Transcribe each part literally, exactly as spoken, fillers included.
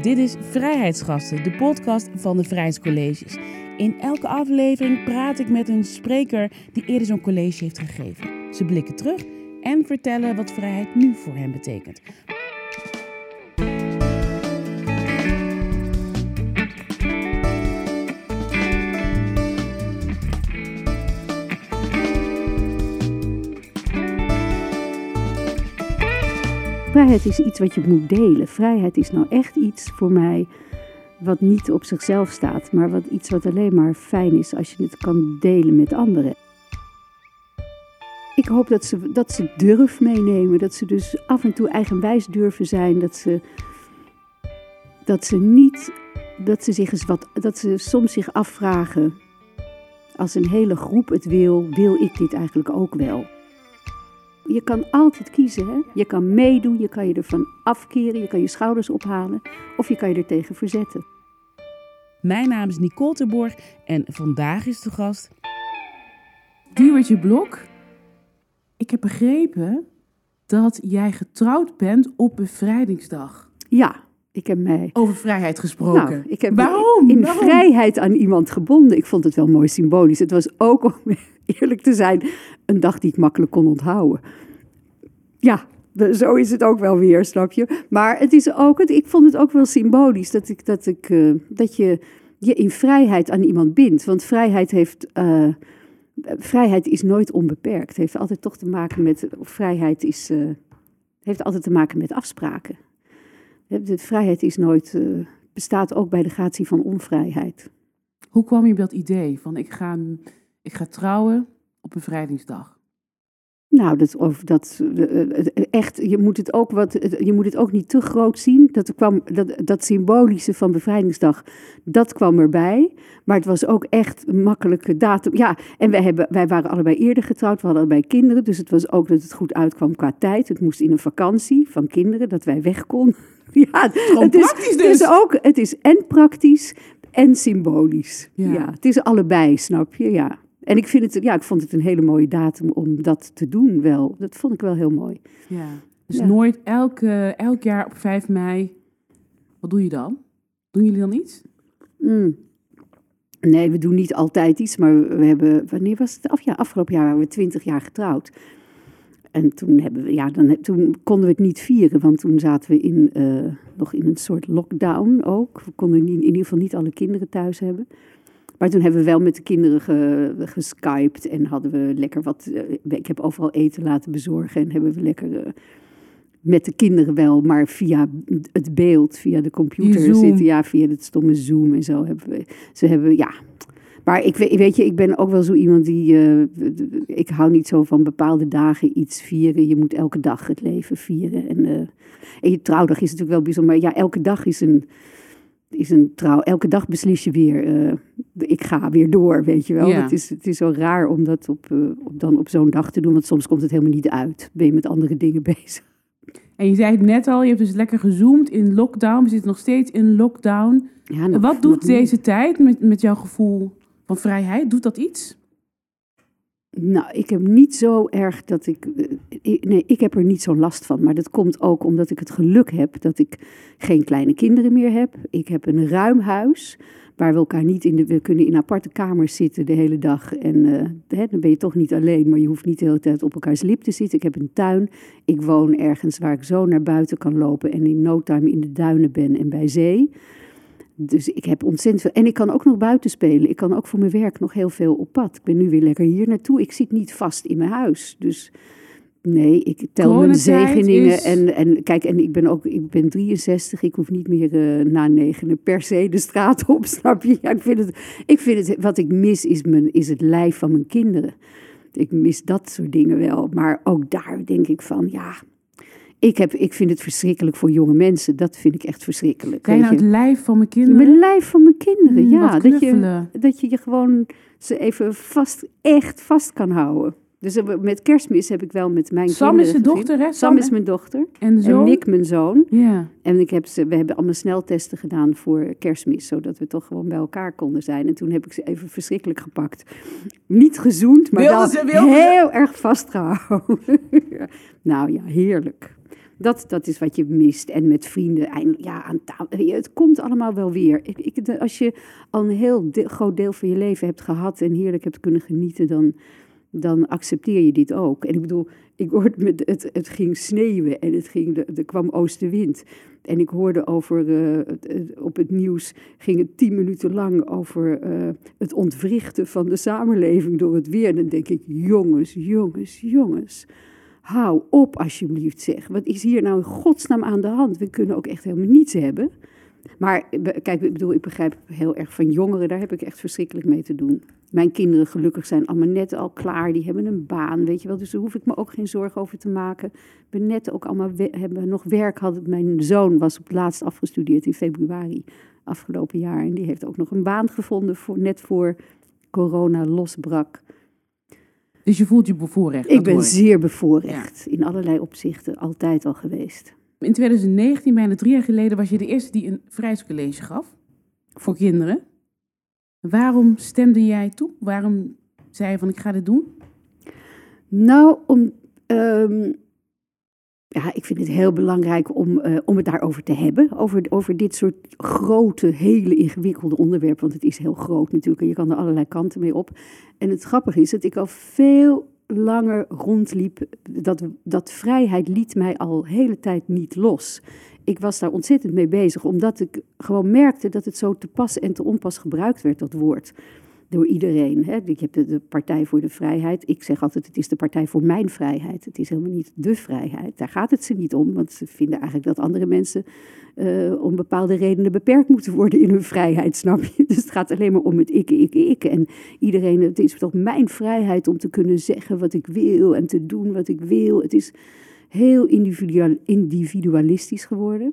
Dit is Vrijheidsgasten, de podcast van de Vrijheidscolleges. In elke aflevering praat ik met een spreker die eerder zo'n college heeft gegeven. Ze blikken terug en vertellen wat vrijheid nu voor hen betekent. Vrijheid is iets wat je moet delen. Vrijheid is nou echt iets voor mij wat niet op zichzelf staat, maar wat iets wat alleen maar fijn is als je het kan delen met anderen. Ik hoop dat ze, dat ze durf meenemen, dat ze dus af en toe eigenwijs durven zijn, dat ze, dat ze niet, dat ze zich eens wat, dat ze soms zich afvragen, als een hele groep het wil, wil ik dit eigenlijk ook wel? Je kan altijd kiezen, hè? Je kan meedoen, je kan je ervan afkeren, je kan je schouders ophalen of je kan je er tegen verzetten. Mijn naam is Nicole Terborg en vandaag is de gast Duwertje Blok. Ik heb begrepen dat jij getrouwd bent op Bevrijdingsdag. Ja, ik heb mij... Over vrijheid gesproken. Nou, ik heb Waarom? in Waarom? vrijheid aan iemand gebonden. Ik vond het wel mooi symbolisch. Het was ook, om eerlijk te zijn, een dag die ik makkelijk kon onthouden. Ja, zo is het ook wel weer, snap je? Maar het is ook, het, ik vond het ook wel symbolisch dat, ik, dat, ik, uh, dat je je in vrijheid aan iemand bindt. Want vrijheid heeft... Uh, vrijheid is nooit onbeperkt. Het heeft altijd toch te maken met... Of vrijheid is, uh, heeft altijd te maken met afspraken. De vrijheid is nooit, uh, bestaat ook bij de gratie van onvrijheid. Hoe kwam je op dat idee van ik ga, ik ga trouwen op Bevrijdingsdag? Nou, dat, of dat, uh, echt, je moet, het ook wat, je moet het ook niet te groot zien. Dat, kwam, dat, dat symbolische van Bevrijdingsdag, dat kwam erbij. Maar het was ook echt een makkelijke datum. Ja, en wij, hebben, wij waren allebei eerder getrouwd, we hadden allebei kinderen. Dus het was ook dat het goed uitkwam qua tijd. Het moest in een vakantie van kinderen, dat wij weg konden. Ja, het is, dus. Het is ook, het is en praktisch en symbolisch. Ja. Ja, het is allebei, snap je? Ja. En ik, vind het, ja, ik vond het een hele mooie datum om dat te doen wel. Dat vond ik wel heel mooi. Ja, dus ja. nooit elke, elk jaar op vijf mei, wat doe je dan? Doen jullie dan iets? Mm. Nee, we doen niet altijd iets, maar we hebben, wanneer was het? Af, ja, afgelopen jaar waren we twintig jaar getrouwd. En toen, hebben we, ja, dan, toen konden we het niet vieren, want toen zaten we in, uh, nog in een soort lockdown ook. We konden in, in ieder geval niet alle kinderen thuis hebben. Maar toen hebben we wel met de kinderen ge, geskyped en hadden we lekker wat... Uh, ik heb overal eten laten bezorgen en hebben we lekker uh, met de kinderen wel, maar via het beeld, via de computer zitten. Ja, via het stomme Zoom en zo hebben we... Ze hebben, ja... Maar ik weet je, ik ben ook wel zo iemand die... Uh, ik hou niet zo van bepaalde dagen iets vieren. Je moet elke dag het leven vieren. En, uh, en je trouwdag is natuurlijk wel bijzonder. Maar ja, elke dag is een... is een trouw. Elke dag beslis je weer, uh, ik ga weer door, weet je wel. Ja. Het is, het is zo raar om dat op, uh, op, dan op zo'n dag te doen, want soms komt het helemaal niet uit. Ben je met andere dingen bezig. En je zei het net al, je hebt dus lekker gezoomd in lockdown. We zitten nog steeds in lockdown. Ja, nog, Wat doet nog deze tijd met, met jouw gevoel van vrijheid? Doet dat iets? Nou, ik heb niet zo erg dat ik... Nee, ik heb er niet zo last van. Maar dat komt ook omdat ik het geluk heb dat ik geen kleine kinderen meer heb. Ik heb een ruim huis waar we elkaar niet in de... We kunnen in aparte kamers zitten de hele dag. En uh, hè, dan ben je toch niet alleen, maar je hoeft niet de hele tijd op elkaars lip te zitten. Ik heb een tuin. Ik woon ergens waar ik zo naar buiten kan lopen en in no time in de duinen ben en bij zee. Dus ik heb ontzettend veel. En ik kan ook nog buiten spelen. Ik kan ook voor mijn werk nog heel veel op pad. Ik ben nu weer lekker hier naartoe. Ik zit niet vast in mijn huis. Dus nee, ik tel mijn zegeningen. Is... En, en kijk, en ik ben ook ik ben drieënzestig. Ik hoef niet meer uh, na negenen per se de straat op, snap je? Ja, ik vind het, ik vind het, wat ik mis is, mijn, is het lijf van mijn kinderen. Ik mis dat soort dingen wel. Maar ook daar denk ik van, ja... Ik, heb, ik vind het verschrikkelijk voor jonge mensen. Dat vind ik echt verschrikkelijk. Kijk nou het lijf van mijn kinderen? Mijn lijf van mijn kinderen, mm, ja. Dat je, dat je je gewoon ze even vast, echt vast kan houden. Dus met Kerstmis heb ik wel met mijn Sam kinderen... Sam is de dochter, hè? Sam, Sam is mijn dochter. En, en Nick mijn zoon. Ja. En ik heb ze, we hebben allemaal sneltesten gedaan voor Kerstmis. Zodat we toch gewoon bij elkaar konden zijn. En toen heb ik ze even verschrikkelijk gepakt. Niet gezoend, maar wilde wel ze, wilde heel ze. erg vastgehouden. Nou ja, heerlijk. Dat, dat is wat je mist. En met vrienden, eindelijk, ja, aan tafel. Het komt allemaal wel weer. Ik, ik, als je al een heel de, groot deel van je leven hebt gehad en heerlijk hebt kunnen genieten, dan, dan accepteer je dit ook. En ik bedoel, ik hoorde met, het, het ging sneeuwen en het ging, er kwam oostenwind. En ik hoorde over, uh, het, op het nieuws ging het tien minuten lang over uh, het ontwrichten van de samenleving door het weer. En dan denk ik, jongens, jongens, jongens. Hou op alsjeblieft zeg. Wat is hier nou in godsnaam aan de hand? We kunnen ook echt helemaal niets hebben. Maar kijk, ik bedoel, ik begrijp heel erg van jongeren. Daar heb ik echt verschrikkelijk mee te doen. Mijn kinderen gelukkig zijn allemaal net al klaar. Die hebben een baan, weet je wel. Dus daar hoef ik me ook geen zorgen over te maken. We net ook allemaal we- hebben nog werk. Had mijn zoon was op het laatst afgestudeerd in februari afgelopen jaar. En die heeft ook nog een baan gevonden voor, net voor corona losbrak. Dus je voelt je bevoorrecht? Ik ben zeer bevoorrecht. Ja. In allerlei opzichten. Altijd al geweest. In twintig negentien, bijna drie jaar geleden, was je de eerste die een vrijheidscollege gaf. Voor kinderen. Waarom stemde jij toe? Waarom zei je van ik ga dit doen? Nou, om, um, ja, ik vind het heel belangrijk om, uh, om het daarover te hebben. Over, over dit soort grote, hele ingewikkelde onderwerpen. Want het is heel groot natuurlijk en je kan er allerlei kanten mee op. En het grappige is dat ik al veel langer rondliep. Dat, dat vrijheid liet mij al de hele tijd niet los. Ik was daar ontzettend mee bezig, omdat ik gewoon merkte dat het zo te pas en te onpas gebruikt werd, dat woord. Door iedereen. Hè. Ik heb de, de Partij voor de Vrijheid. Ik zeg altijd, het is de Partij voor mijn vrijheid. Het is helemaal niet de vrijheid. Daar gaat het ze niet om, want ze vinden eigenlijk dat andere mensen uh, om bepaalde redenen beperkt moeten worden in hun vrijheid, snap je? Dus het gaat alleen maar om het ikke, ikke, ikke. En iedereen, het is toch mijn vrijheid om te kunnen zeggen wat ik wil en te doen wat ik wil. Het is heel individual, individualistisch geworden.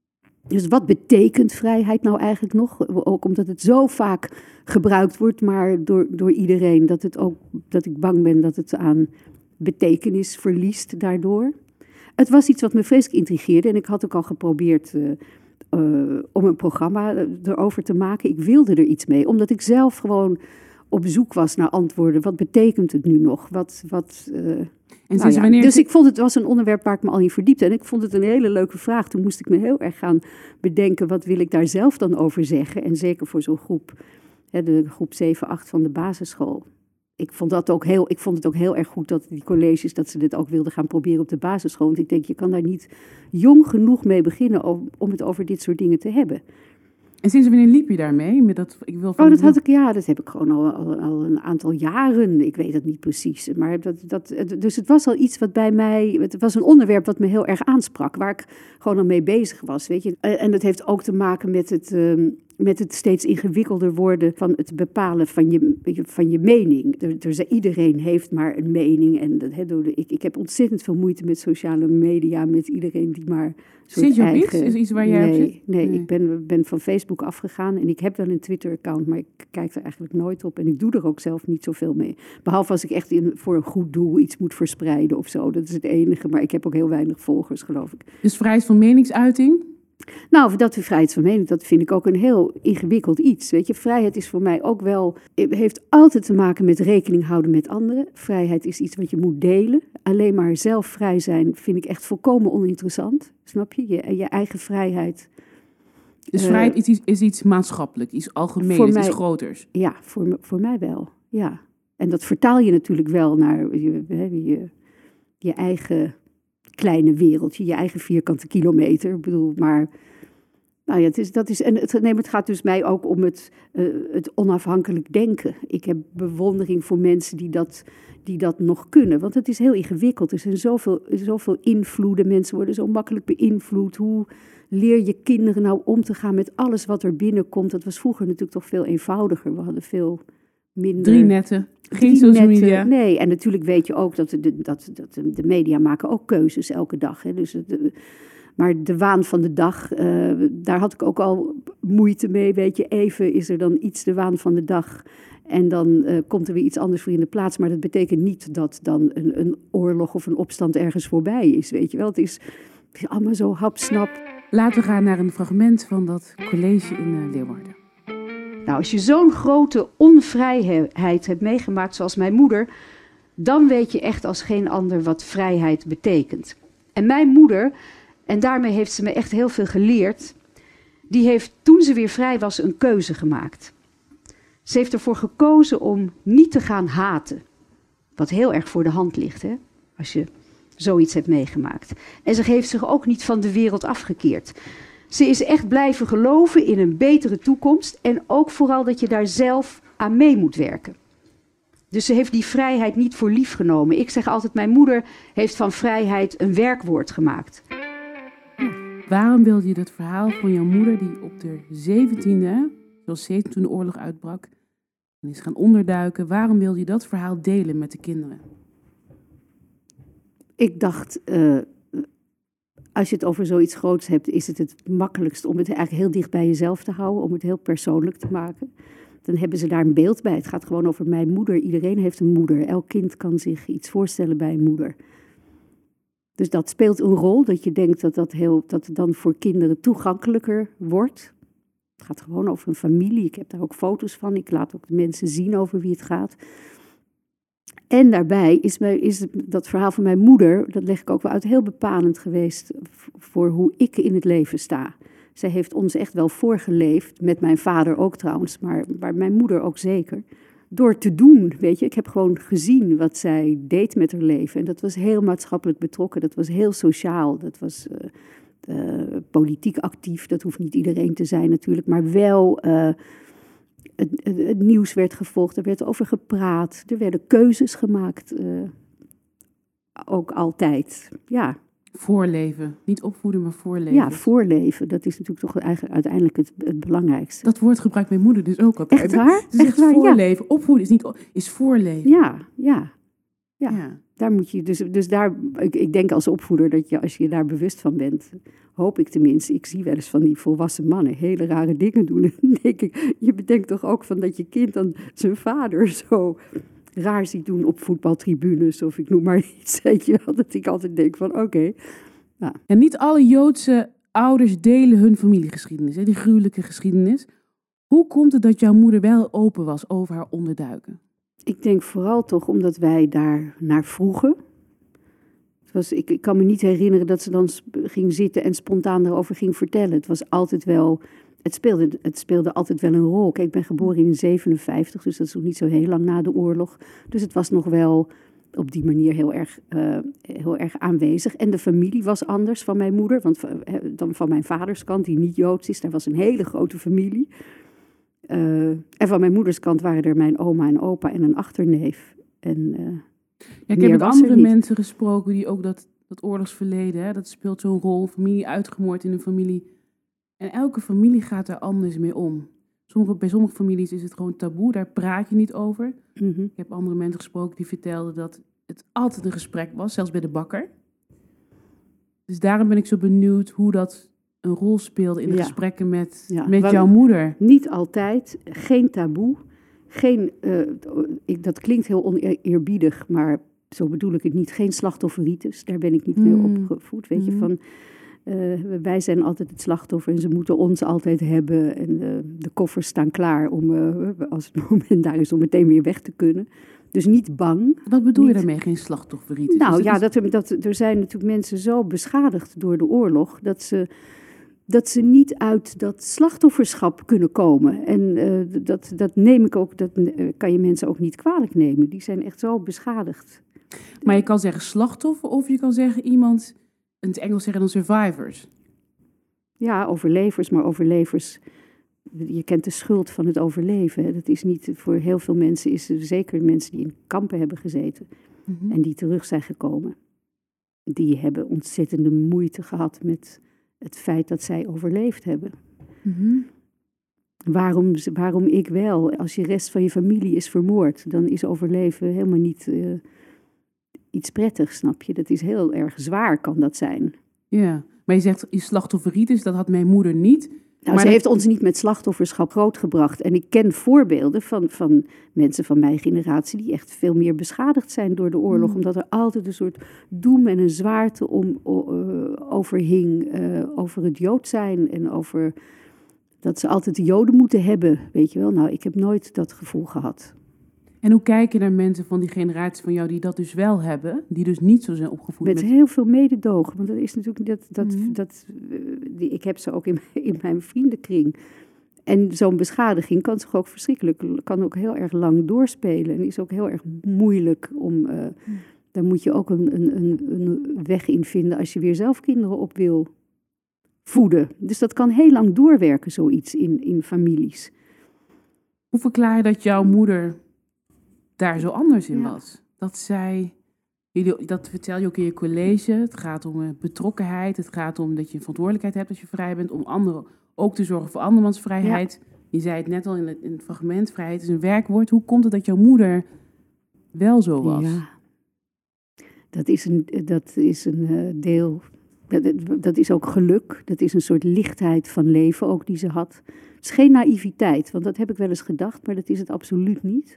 Dus wat betekent vrijheid nou eigenlijk nog? Ook omdat het zo vaak gebruikt wordt, maar door, door iedereen. Dat, het ook, dat ik bang ben dat het aan betekenis verliest daardoor. Het was iets wat me vreselijk intrigeerde. En ik had ook al geprobeerd uh, uh, om een programma erover te maken. Ik wilde er iets mee, omdat ik zelf gewoon op zoek was naar antwoorden. Wat betekent het nu nog? Wat... wat uh, En nou ja, wanneer... Dus ik vond het was een onderwerp waar ik me al in verdiepte. En ik vond het een hele leuke vraag. Toen moest ik me heel erg gaan bedenken, wat wil ik daar zelf dan over zeggen? En zeker voor zo'n groep, hè, de groep zeven, acht van de basisschool. Ik vond, dat ook heel, ik vond het ook heel erg goed dat die colleges, dat ze dit ook wilden gaan proberen op de basisschool. Want ik denk, je kan daar niet jong genoeg mee beginnen om, om het over dit soort dingen te hebben. En sinds wanneer liep je daarmee? Met dat, ik wil van oh, dat had ik, ja, dat heb ik gewoon al, al, al een aantal jaren. Ik weet het niet precies. Maar dat, dat, dus het was al iets wat bij mij, het was een onderwerp wat me heel erg aansprak, waar ik gewoon al mee bezig was, weet je. En dat heeft ook te maken met het, um, met het steeds ingewikkelder worden van het bepalen van je, van je mening. Er, er, iedereen heeft maar een mening. En dat, he, door de, ik, ik heb ontzettend veel moeite met sociale media, met iedereen die maar Zit je op eigen... iets? Is iets waar jij nee, op zit? Nee, nee, ik ben, ben van Facebook afgegaan en ik heb wel een Twitter-account, maar ik kijk er eigenlijk nooit op en ik doe er ook zelf niet zoveel mee. Behalve als ik echt in, voor een goed doel iets moet verspreiden of zo. Dat is het enige, maar ik heb ook heel weinig volgers, geloof ik. Dus vrijheid van meningsuiting? Nou, dat de vrijheid van mening, dat vind ik ook een heel ingewikkeld iets. Weet je, vrijheid is voor mij ook wel, heeft altijd te maken met rekening houden met anderen. Vrijheid is iets wat je moet delen. Alleen maar zelf vrij zijn vind ik echt volkomen oninteressant. Snap je? Je, je eigen vrijheid. Dus vrijheid uh, is, iets, is iets maatschappelijk, iets algemeens, iets groters. Ja, voor, voor mij wel. Ja. En dat vertaal je natuurlijk wel naar je, je, je eigen kleine wereldje, je eigen vierkante kilometer. Ik bedoel, maar nou ja, het is, dat is, en het, nee, het gaat dus mij ook om het, uh, het onafhankelijk denken. Ik heb bewondering voor mensen die dat, die dat nog kunnen, want het is heel ingewikkeld. Er zijn zoveel, zoveel invloeden, mensen worden zo makkelijk beïnvloed. Hoe leer je kinderen nou om te gaan met alles wat er binnenkomt? Dat was vroeger natuurlijk toch veel eenvoudiger. We hadden veel minder... Drie netten. Geen social media. Nee, en natuurlijk weet je ook dat de, dat, dat de media maken ook keuzes elke dag. Hè. Dus de, maar de waan van de dag, uh, daar had ik ook al moeite mee. Weet je, even is er dan iets de waan van de dag. En dan uh, komt er weer iets anders voor in de plaats. Maar dat betekent niet dat dan een, een oorlog of een opstand ergens voorbij is. Weet je wel, het is, het is allemaal zo hapsnap. Laten we gaan naar een fragment van dat college in uh, Leeuwarden. Nou, als je zo'n grote onvrijheid hebt meegemaakt zoals mijn moeder, dan weet je echt als geen ander wat vrijheid betekent. En mijn moeder, en daarmee heeft ze me echt heel veel geleerd, die heeft toen ze weer vrij was een keuze gemaakt. Ze heeft ervoor gekozen om niet te gaan haten. Wat heel erg voor de hand ligt, hè? Als je zoiets hebt meegemaakt. En ze heeft zich ook niet van de wereld afgekeerd. Ze is echt blijven geloven in een betere toekomst. En ook vooral dat je daar zelf aan mee moet werken. Dus ze heeft die vrijheid niet voor lief genomen. Ik zeg altijd, mijn moeder heeft van vrijheid een werkwoord gemaakt. Waarom wilde je dat verhaal van jouw moeder, die op de zeventiende, zoals zeventien toen de oorlog uitbrak, en is gaan onderduiken, waarom wilde je dat verhaal delen met de kinderen? Ik dacht, uh, als je het over zoiets groots hebt, is het het makkelijkst om het eigenlijk heel dicht bij jezelf te houden, om het heel persoonlijk te maken. Dan hebben ze daar een beeld bij. Het gaat gewoon over mijn moeder. Iedereen heeft een moeder. Elk kind kan zich iets voorstellen bij een moeder. Dus dat speelt een rol, dat je denkt dat, dat, heel, dat het dan voor kinderen toegankelijker wordt. Het gaat gewoon over een familie. Ik heb daar ook foto's van. Ik laat ook de mensen zien over wie het gaat. En daarbij is, mij, is dat verhaal van mijn moeder, dat leg ik ook wel uit, heel bepalend geweest voor hoe ik in het leven sta. Zij heeft ons echt wel voorgeleefd, met mijn vader ook trouwens, maar, maar mijn moeder ook zeker. Door te doen, weet je. Ik heb gewoon gezien wat zij deed met haar leven. En dat was heel maatschappelijk betrokken, dat was heel sociaal, dat was uh, uh, politiek actief. Dat hoeft niet iedereen te zijn natuurlijk, maar wel... Uh, Het, het, het nieuws werd gevolgd, er werd over gepraat, er werden keuzes gemaakt, uh, ook altijd, ja. Voorleven, niet opvoeden, maar voorleven. Ja, voorleven, dat is natuurlijk toch eigenlijk uiteindelijk het, het belangrijkste. Dat woord gebruikt mijn moeder dus ook altijd. Echt waar? Ze zegt Echt waar? voorleven, Ja. Opvoeden is niet is voorleven. Ja, ja, ja. ja. Daar moet je, dus, dus daar, ik, ik denk als opvoeder dat je, als je daar bewust van bent, hoop ik tenminste, ik zie wel eens van die volwassen mannen hele rare dingen doen. En dan denk ik, je bedenkt toch ook van dat je kind dan zijn vader zo raar ziet doen op voetbaltribunes of ik noem maar iets. Weet je wel, dat ik altijd denk van oké. Okay, nou. En niet alle Joodse ouders delen hun familiegeschiedenis, hè, die gruwelijke geschiedenis. Hoe komt het dat jouw moeder wel open was over haar onderduiken? Ik denk vooral toch omdat wij daar naar vroegen. Het was, ik, ik kan me niet herinneren dat ze dan ging zitten en spontaan erover ging vertellen. Het was altijd wel, het speelde, het speelde altijd wel een rol. Kijk, ik ben geboren in zevenenvijftig, dus dat is nog niet zo heel lang na de oorlog. Dus het was nog wel op die manier heel erg, uh, heel erg aanwezig. En de familie was anders van mijn moeder, want, uh, dan van mijn vaders kant, die niet Joods is. Daar was een hele grote familie. Uh, en van mijn moeders kant waren er mijn oma en opa en een achterneef. En, uh, ja, ik heb met andere mensen gesproken die ook dat, dat oorlogsverleden, hè, dat speelt zo'n rol. Familie uitgemoord in een familie. En elke familie gaat daar anders mee om. Sommige, bij sommige families is het gewoon taboe, daar praat je niet over. Mm-hmm. Ik heb andere mensen gesproken die vertelden dat het altijd een gesprek was, zelfs bij de bakker. Dus daarom ben ik zo benieuwd hoe dat een rol speelde in de ja. gesprekken met, ja. met jouw moeder. Niet altijd, geen taboe. Geen, uh, ik, dat klinkt heel oneerbiedig, maar zo bedoel ik het niet. Geen slachtofferritis, daar ben ik niet mee mm. opgevoed. Weet mm. je, van, uh, wij zijn altijd het slachtoffer en ze moeten ons altijd hebben. En uh, de koffers staan klaar om, uh, als het moment daar is, om meteen weer weg te kunnen. Dus niet bang. Wat bedoel niet... je daarmee, geen slachtofferritis? Nou dus ja, is... dat er, dat, er zijn natuurlijk mensen zo beschadigd door de oorlog, dat ze... dat ze niet uit dat slachtofferschap kunnen komen. En uh, dat, dat neem ik ook, dat uh, kan je mensen ook niet kwalijk nemen. Die zijn echt zo beschadigd. Maar je kan zeggen slachtoffer of je kan zeggen iemand, in het Engels zeggen dan survivors. Ja, overlevers, maar overlevers, je kent de schuld van het overleven. Hè. Dat is niet, voor heel veel mensen is er zeker mensen die in kampen hebben gezeten mm-hmm. en die terug zijn gekomen. Die hebben ontzettende moeite gehad met het feit dat zij overleefd hebben. Mm-hmm. Waarom, waarom ik wel? Als je rest van je familie is vermoord, dan is overleven helemaal niet uh, iets prettigs, snap je? Dat is heel erg zwaar, kan dat zijn. Ja, maar je zegt, je slachtofferritis, dat had mijn moeder niet. Nou, maar ze dat... heeft ons niet met slachtofferschap grootgebracht. En ik ken voorbeelden van, van mensen van mijn generatie die echt veel meer beschadigd zijn door de oorlog. Mm. Omdat er altijd een soort doem en een zwaarte om, uh, overhing uh, over het Jood zijn. En over dat ze altijd de Joden moeten hebben, weet je wel. Nou, ik heb nooit dat gevoel gehad. En hoe kijk je naar mensen van die generatie van jou die dat dus wel hebben, die dus niet zo zijn opgevoed? Met, met... heel veel mededogen, want dat is natuurlijk dat, dat, mm-hmm. dat die, ik heb ze ook in, in mijn vriendenkring. En zo'n beschadiging kan zich ook verschrikkelijk, kan ook heel erg lang doorspelen en is ook heel erg moeilijk om. Uh, mm. Daar moet je ook een, een, een, een weg in vinden als je weer zelf kinderen op wil voeden. Dus dat kan heel lang doorwerken, zoiets in, in families. Hoe verklaar je dat jouw moeder daar zo anders in ja. was? Dat zij, dat vertel je ook in je college, het gaat om betrokkenheid, het gaat om dat je een verantwoordelijkheid hebt als je vrij bent, om anderen ook te zorgen voor andermans vrijheid. Ja. Je zei het net al in het, in het fragment, vrijheid is een werkwoord. Hoe komt het dat jouw moeder wel zo was? Ja, dat is een, dat is een uh, deel, dat, dat is ook geluk, dat is een soort lichtheid van leven ook die ze had. Het is geen naïviteit, want dat heb ik wel eens gedacht, maar dat is het absoluut niet.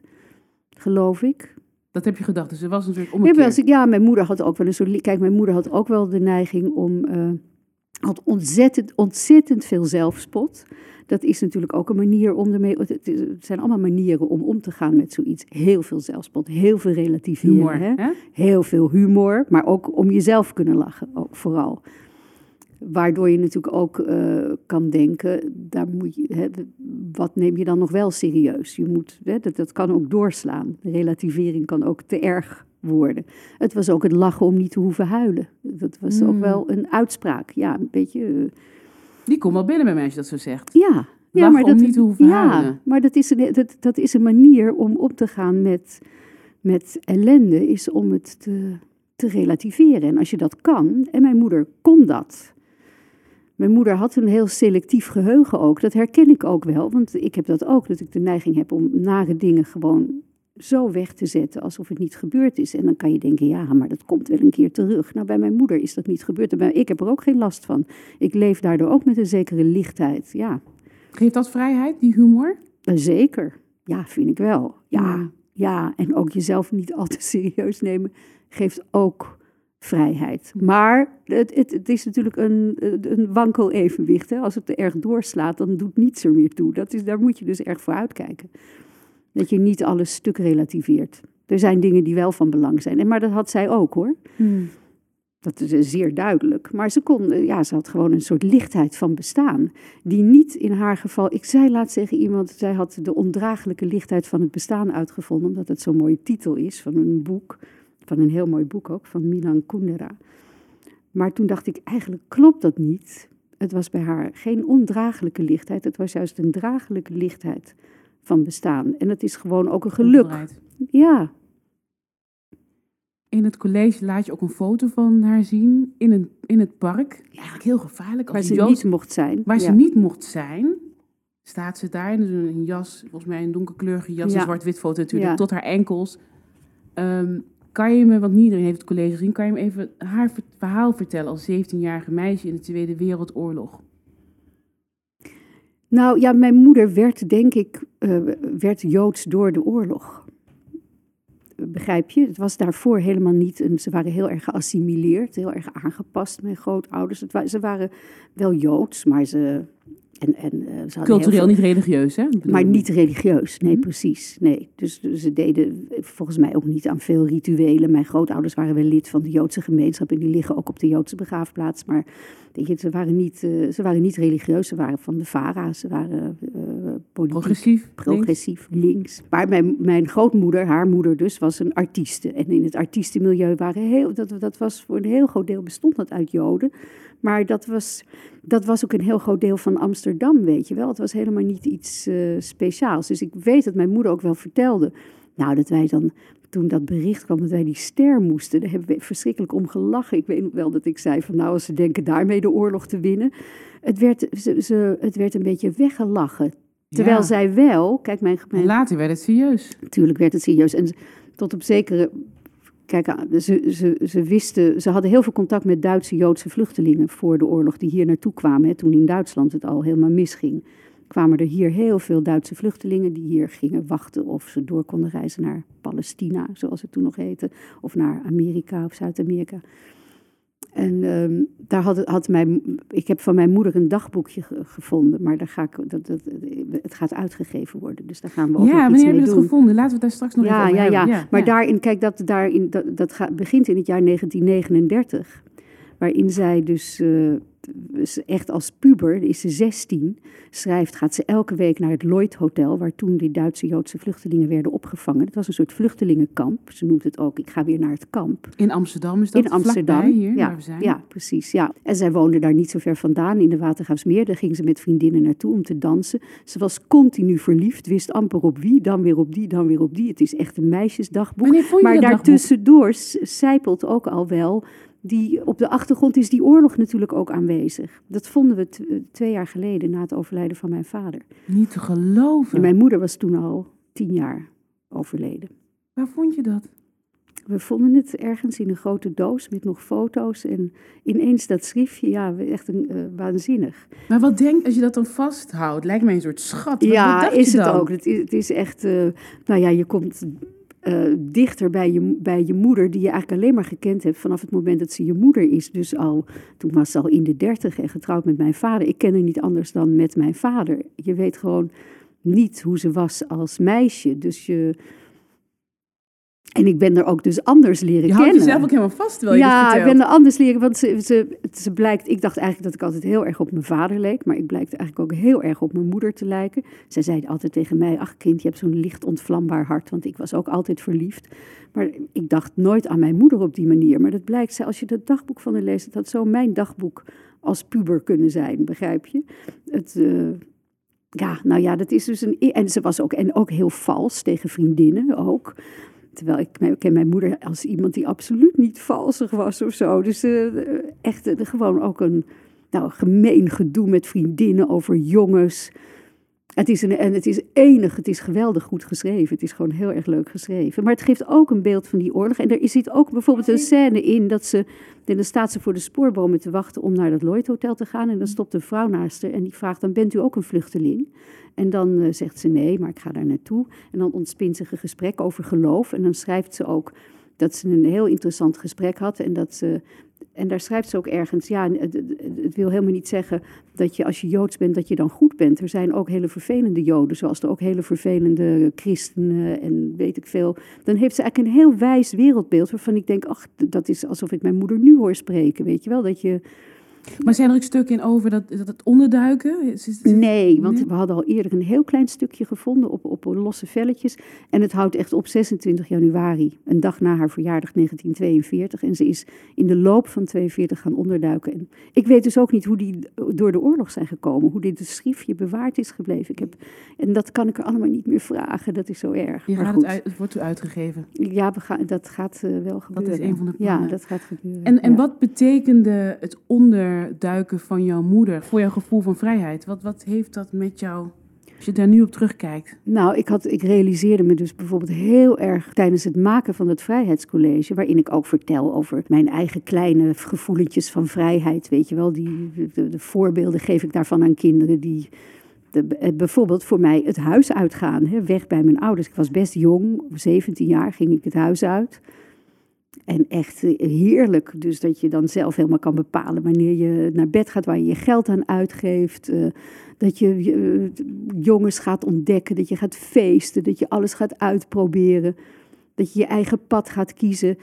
Geloof ik. Dat heb je gedacht, dus er was natuurlijk omgekeerd. Ja, ja, mijn moeder had ook wel een soort... Kijk, mijn moeder had ook wel de neiging om... Uh, had ontzettend, ontzettend veel zelfspot. Dat is natuurlijk ook een manier om ermee... Het, is, het zijn allemaal manieren om om te gaan met zoiets. Heel veel zelfspot, heel veel relativeren. Humor, hè? hè? Heel veel humor, maar ook om jezelf kunnen lachen, ook vooral. Waardoor je natuurlijk ook uh, kan denken, daar moet je, hè, wat neem je dan nog wel serieus? Je moet, hè, dat, dat kan ook doorslaan. De relativering kan ook te erg worden. Het was ook het lachen om niet te hoeven huilen. Dat was mm. ook wel een uitspraak. Ja, een beetje... Uh, Die komt wel binnen bij mij als je dat zo zegt. Ja. Lachen ja maar dat, om niet te hoeven ja, huilen. Maar dat is, een, dat, dat is een manier om om te gaan met, met ellende, is om het te, te relativeren. En als je dat kan, en mijn moeder kon dat... Mijn moeder had een heel selectief geheugen ook. Dat herken ik ook wel, want ik heb dat ook. Dat ik de neiging heb om nare dingen gewoon zo weg te zetten alsof het niet gebeurd is. En dan kan je denken, ja, maar dat komt wel een keer terug. Nou, bij mijn moeder is dat niet gebeurd. En ik heb er ook geen last van. Ik leef daardoor ook met een zekere lichtheid, ja. Geeft dat vrijheid, die humor? Zeker, ja, vind ik wel. Ja, ja. ja. En ook jezelf niet al te serieus nemen geeft ook... vrijheid. Maar het, het, het is natuurlijk een, een wankel evenwicht. Hè? Als het er erg doorslaat, dan doet niets er meer toe. Dat is, daar moet je dus erg voor uitkijken. Dat je niet alles stuk relativeert. Er zijn dingen die wel van belang zijn. En, maar dat had zij ook, hoor. Hmm. Dat is zeer duidelijk. Maar ze, kon, ja, ze had gewoon een soort lichtheid van bestaan. Die niet in haar geval... Ik zei laatst tegen iemand... Zij had de ondraaglijke lichtheid van het bestaan uitgevonden. Omdat het zo'n mooie titel is van een boek... Van een heel mooi boek ook, van Milan Kundera. Maar toen dacht ik, eigenlijk klopt dat niet. Het was bij haar geen ondraaglijke lichtheid. Het was juist een draaglijke lichtheid van bestaan. En het is gewoon ook een geluk. Omgedraaid. Ja. In het college laat je ook een foto van haar zien in, een, in het park. Eigenlijk heel gevaarlijk. Waar ze Joost, niet mocht zijn. Waar ja. ze niet mocht zijn. Staat ze daar in een jas, volgens mij een donkerkleurige jas, ja. Een zwart-wit foto natuurlijk, ja. Tot haar enkels. Um, Kan je me, want niet iedereen heeft het college gezien, kan je me even haar verhaal vertellen als zeventienjarige meisje in de Tweede Wereldoorlog? Nou ja, mijn moeder werd, denk ik, uh, werd Joods door de oorlog. Begrijp je? Het was daarvoor helemaal niet, een, ze waren heel erg geassimileerd, heel erg aangepast, mijn grootouders. Het wa- ze waren wel Joods, maar ze... En, en, uh, ze cultureel, veel, niet religieus, hè? Maar niet religieus, nee, mm-hmm. precies. Nee. Dus, dus ze deden volgens mij ook niet aan veel rituelen. Mijn grootouders waren wel lid van de Joodse gemeenschap... en die liggen ook op de Joodse begraafplaats. Maar weet je, ze, waren niet, uh, ze waren niet religieus, ze waren van de VARA. Ze waren uh, politiek, progressief, progressief links. links. Maar mijn, mijn grootmoeder, haar moeder dus, was een artieste. En in het artiestenmilieu waren heel... Dat, dat was voor een heel groot deel bestond dat uit Joden... Maar dat was, dat was ook een heel groot deel van Amsterdam, weet je wel. Het was helemaal niet iets uh, speciaals. Dus ik weet dat mijn moeder ook wel vertelde... Nou, dat wij dan, toen dat bericht kwam, dat wij die ster moesten... daar hebben we verschrikkelijk om gelachen. Ik weet wel dat ik zei van, nou, als ze denken daarmee de oorlog te winnen... Het werd, ze, ze, het werd een beetje weggelachen. Terwijl ja. zij wel... Kijk, mijn, mijn, later werd het serieus. Natuurlijk werd het serieus. En tot op zekere... Kijk, ze, ze, ze wisten, ze hadden heel veel contact met Duitse Joodse vluchtelingen voor de oorlog die hier naartoe kwamen. Hè, toen in Duitsland het al helemaal misging, kwamen er hier heel veel Duitse vluchtelingen die hier gingen wachten of ze door konden reizen naar Palestina, zoals het toen nog heette, of naar Amerika of Zuid-Amerika. En um, daar had, had mijn, ik heb van mijn moeder een dagboekje ge, gevonden, maar daar ga ik, dat, dat, het gaat uitgegeven worden. Dus daar gaan we ook ja, nog iets mee doen. Ja, wanneer heb je dat gevonden? Laten we het daar straks nog ja, even over ja, hebben. Ja, ja. Maar ja. daarin, kijk, dat, daarin, dat, dat gaat, begint in het jaar negentien negenendertig. Waarin zij dus uh, echt als puber, is ze zestien, schrijft, gaat ze elke week naar het Lloyd Hotel, waar toen die Duitse Joodse vluchtelingen werden opgevangen. Het was een soort vluchtelingenkamp. Ze noemt het ook, ik ga weer naar het kamp. In Amsterdam is dat? In Amsterdam, vlakbij hier, ja, waar we zijn. Ja, precies. Ja. En zij woonde daar niet zo ver vandaan, in de Watergraafsmeer. Daar ging ze met vriendinnen naartoe om te dansen. Ze was continu verliefd, wist amper op wie, dan weer op die, dan weer op die. Het is echt een meisjesdagboek. Maar daartussendoor sijpelt ook al wel... Die, op de achtergrond is die oorlog natuurlijk ook aanwezig. Dat vonden we t- twee jaar geleden na het overlijden van mijn vader. Niet te geloven. En mijn moeder was toen al tien jaar overleden. Waar vond je dat? We vonden het ergens in een grote doos met nog foto's. En ineens dat schriftje, ja, echt een, uh, waanzinnig. Maar wat denk als je dat dan vasthoudt? Lijkt mij een soort schat. Wat, ja, wat dacht is je het dan? ook. Het is, het is echt, uh, nou ja, je komt... Uh, dichter bij je, bij je moeder, die je eigenlijk alleen maar gekend hebt vanaf het moment dat ze je moeder is. Dus al, toen was ze al in de dertig en getrouwd met mijn vader. Ik ken haar niet anders dan met mijn vader. Je weet gewoon niet hoe ze was als meisje. Dus je... En ik ben er ook dus anders leren je kennen. Je houdt jezelf ook helemaal vast terwijl je ja, dit vertelt. ik ben er anders leren, want ze, ze, ze blijkt... Ik dacht eigenlijk dat ik altijd heel erg op mijn vader leek, maar ik blijkte eigenlijk ook heel erg op mijn moeder te lijken. Zij zei altijd tegen mij, ach kind, je hebt zo'n licht ontvlambaar hart, want ik was ook altijd verliefd. Maar ik dacht nooit aan mijn moeder op die manier. Maar dat blijkt, als je het dagboek van haar leest, dat had zo mijn dagboek als puber kunnen zijn, begrijp je? Het... Uh, ja, nou ja, dat is dus een... En ze was ook, en ook heel vals tegen vriendinnen ook. Terwijl ik, ik ken mijn moeder als iemand die absoluut niet valsig was of zo. Dus uh, echt uh, gewoon ook een nou, gemeen gedoe met vriendinnen over jongens. Het is een, en het is enig, het is geweldig goed geschreven. Het is gewoon heel erg leuk geschreven. Maar het geeft ook een beeld van die oorlog. En er zit ook bijvoorbeeld een scène in dat ze... En dan staat ze voor de spoorbomen te wachten om naar dat Lloyd Hotel te gaan. En dan stopt een vrouw naast haar en die vraagt, dan bent u ook een vluchteling? En dan uh, zegt ze nee, maar ik ga daar naartoe. En dan ontspint zich een gesprek over geloof. En dan schrijft ze ook dat ze een heel interessant gesprek had. En, dat ze, en daar schrijft ze ook ergens, ja, het, het wil helemaal niet zeggen dat je als je Joods bent, dat je dan goed bent. Er zijn ook hele vervelende Joden, zoals er ook hele vervelende christenen en weet ik veel. Dan heeft ze eigenlijk een heel wijs wereldbeeld waarvan ik denk, ach, dat is alsof ik mijn moeder nu hoor spreken, weet je wel, dat je... Maar zijn er ook stukken in over dat, dat het onderduiken? Is, is, is, nee, want nee? we hadden al eerder een heel klein stukje gevonden op, op losse velletjes. En het houdt echt op zesentwintig januari, een dag na haar verjaardag negentien tweeënveertig. En ze is in de loop van tweeënveertig gaan onderduiken. En ik weet dus ook niet hoe die door de oorlog zijn gekomen. Hoe dit schriftje bewaard is gebleven. Ik heb, en dat kan ik er allemaal niet meer vragen. Dat is zo erg. Je maar gaat goed. Het, uit, het wordt u uitgegeven. Ja, we gaan, dat gaat uh, wel gebeuren. Dat is een van de plannen. Ja, dat gaat gebeuren. En, en ja. wat betekende het onder... duiken van jouw moeder, voor jouw gevoel van vrijheid? Wat, wat heeft dat met jou, als je daar nu op terugkijkt? Nou, ik, had, ik realiseerde me dus bijvoorbeeld heel erg tijdens het maken van het Vrijheidscollege, waarin ik ook vertel over mijn eigen kleine gevoelentjes van vrijheid, weet je wel, die, de, de voorbeelden geef ik daarvan aan kinderen die... De, bijvoorbeeld voor mij het huis uitgaan, hè, weg bij mijn ouders. Ik was best jong, zeventien jaar ging ik het huis uit. En echt heerlijk, dus dat je dan zelf helemaal kan bepalen wanneer je naar bed gaat, waar je je geld aan uitgeeft. Uh, dat je uh, jongens gaat ontdekken, dat je gaat feesten, dat je alles gaat uitproberen. Dat je je eigen pad gaat kiezen.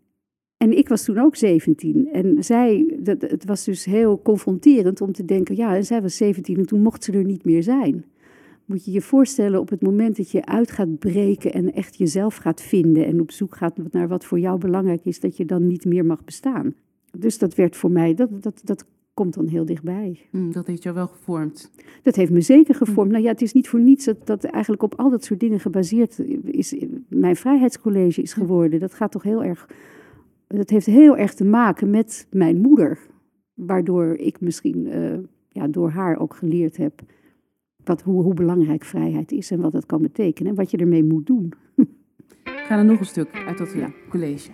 En ik was toen ook zeventien. En zij, dat, het was dus heel confronterend om te denken, ja, en zij was zeventien en toen mocht ze er niet meer zijn. Moet je je voorstellen op het moment dat je uit gaat breken en echt jezelf gaat vinden en op zoek gaat naar wat voor jou belangrijk is, dat je dan niet meer mag bestaan. Dus dat werd voor mij, dat, dat, dat komt dan heel dichtbij. Mm, dat heeft jou wel gevormd. Dat heeft me zeker gevormd. Mm. Nou ja, het is niet voor niets dat, dat eigenlijk op al dat soort dingen gebaseerd is. Mijn vrijheidscollege is geworden. Dat gaat toch heel erg, dat heeft heel erg te maken met mijn moeder. Waardoor ik misschien uh, ja, door haar ook geleerd heb Wat, hoe, hoe belangrijk vrijheid is en wat dat kan betekenen en wat je ermee moet doen. Ga er nog een stuk uit dat ja. college.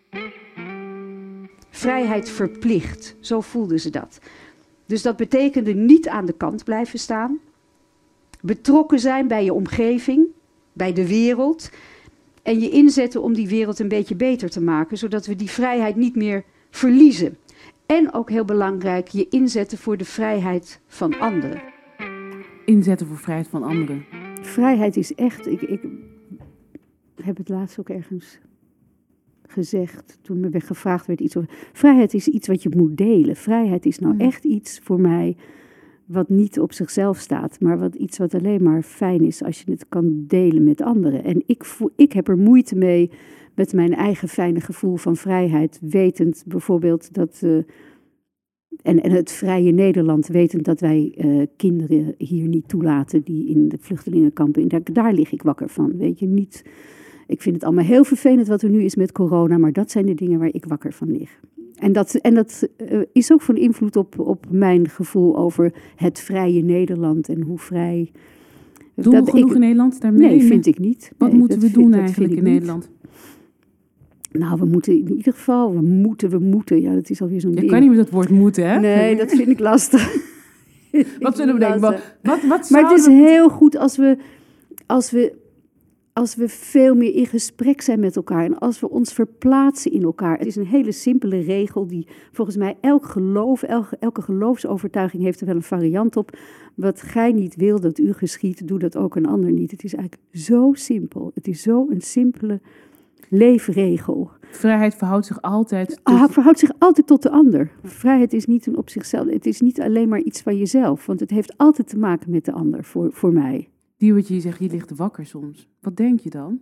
Vrijheid verplicht, zo voelden ze dat. Dus dat betekende niet aan de kant blijven staan. Betrokken zijn bij je omgeving, bij de wereld. En je inzetten om die wereld een beetje beter te maken, zodat we die vrijheid niet meer verliezen. En ook heel belangrijk, je inzetten voor de vrijheid van anderen. Inzetten voor vrijheid van anderen. Vrijheid is echt, ik, ik heb het laatst ook ergens gezegd, toen me werd gevraagd werd iets over. Vrijheid is iets wat je moet delen. Vrijheid is nou mm. echt iets voor mij wat niet op zichzelf staat, maar wat iets wat alleen maar fijn is als je het kan delen met anderen. En ik, voel, ik heb er moeite mee met mijn eigen fijne gevoel van vrijheid, wetend bijvoorbeeld dat, uh, en, en het vrije Nederland, wetend dat wij uh, kinderen hier niet toelaten die in de vluchtelingenkampen, daar, daar lig ik wakker van, weet je, niet. Ik vind het allemaal heel vervelend wat er nu is met corona, maar dat zijn de dingen waar ik wakker van lig. En dat, en dat uh, is ook van invloed op, op mijn gevoel over het vrije Nederland en hoe vrij. Doen we genoeg ik, in Nederland daarmee? Nee, vind ik niet. Wat nee, moeten we vind, doen eigenlijk in Nederland? Nou, we moeten in ieder geval, we moeten, we moeten. Ja, dat is alweer zo'n Je ding. kan niet met dat woord moeten, hè? Nee, dat vind ik lastig. Wat zullen we denken? Wat, wat, wat maar het is heel goed als we, als we, als we veel meer in gesprek zijn met elkaar en als we ons verplaatsen in elkaar. Het is een hele simpele regel die volgens mij elk geloof, elke, elke geloofsovertuiging heeft er wel een variant op. Wat gij niet wil dat u geschiet, doe dat ook een ander niet. Het is eigenlijk zo simpel. Het is zo een simpele leefregel. Vrijheid verhoudt zich altijd tot... Ah, verhoudt zich altijd tot de ander. Vrijheid is niet een op zichzelf. Het is niet alleen maar iets van jezelf. Want het heeft altijd te maken met de ander, voor, voor mij. Die wat je zegt, je ligt wakker soms. Wat denk je dan?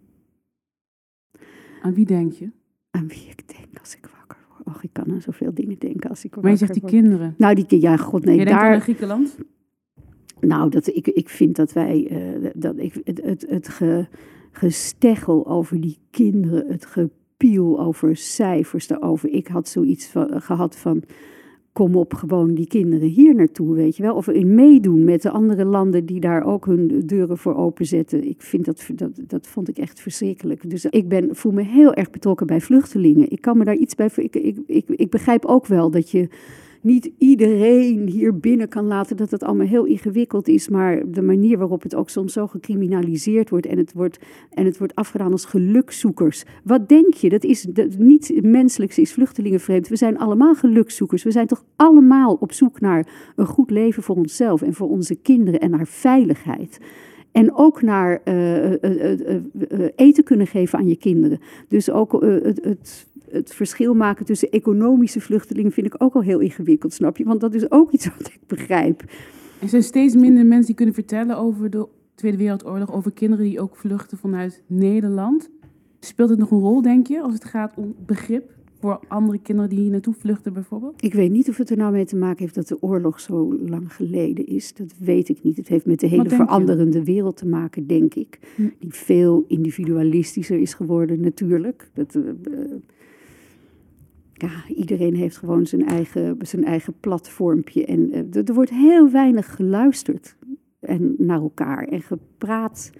Aan wie denk je? Aan wie ik denk als ik wakker word. Och, ik kan aan zoveel dingen denken als ik wakker word. Maar je zegt die word. kinderen. Nou, die ja, god nee. Je daar... denkt aan Griekenland? Nou, dat, ik, ik vind dat wij... Uh, dat ik, het het, het ge, gesteggel over die kinderen, het gepiel over cijfers daarover. Ik had zoiets van, gehad van... Kom op, gewoon die kinderen hier naartoe, weet je wel. Of in meedoen met de andere landen die daar ook hun deuren voor openzetten. Ik vind dat, dat, dat vond ik echt verschrikkelijk. Dus ik ben, voel me heel erg betrokken bij vluchtelingen. Ik kan me daar iets bij... Ik, ik, ik, ik begrijp ook wel dat je niet iedereen hier binnen kan laten, dat het allemaal heel ingewikkeld is, maar de manier waarop het ook soms zo gecriminaliseerd wordt en het wordt, en het wordt afgedaan als gelukzoekers. Wat denk je? Dat is dat, niet menselijks is vluchtelingenvreemd. We zijn allemaal gelukzoekers. We zijn toch allemaal op zoek naar een goed leven voor onszelf en voor onze kinderen en naar veiligheid. En ook naar uh, uh, uh, uh, uh, eten kunnen geven aan je kinderen. Dus ook uh, het, het, het verschil maken tussen economische vluchtelingen vind ik ook al heel ingewikkeld, snap je? Want dat is ook iets wat ik begrijp. Er zijn steeds minder mensen die kunnen vertellen over de Tweede Wereldoorlog, over kinderen die ook vluchten vanuit Nederland. Speelt het nog een rol, denk je, als het gaat om begrip voor andere kinderen die hier naartoe vluchten bijvoorbeeld? Ik weet niet of het er nou mee te maken heeft dat de oorlog zo lang geleden is. Dat weet ik niet. Het heeft met de hele veranderende wereld te maken, denk ik. Hm. Die veel individualistischer is geworden, natuurlijk. Dat, uh, ja, iedereen heeft gewoon zijn eigen, zijn eigen platformpje. En uh, er wordt heel weinig geluisterd en naar elkaar en gepraat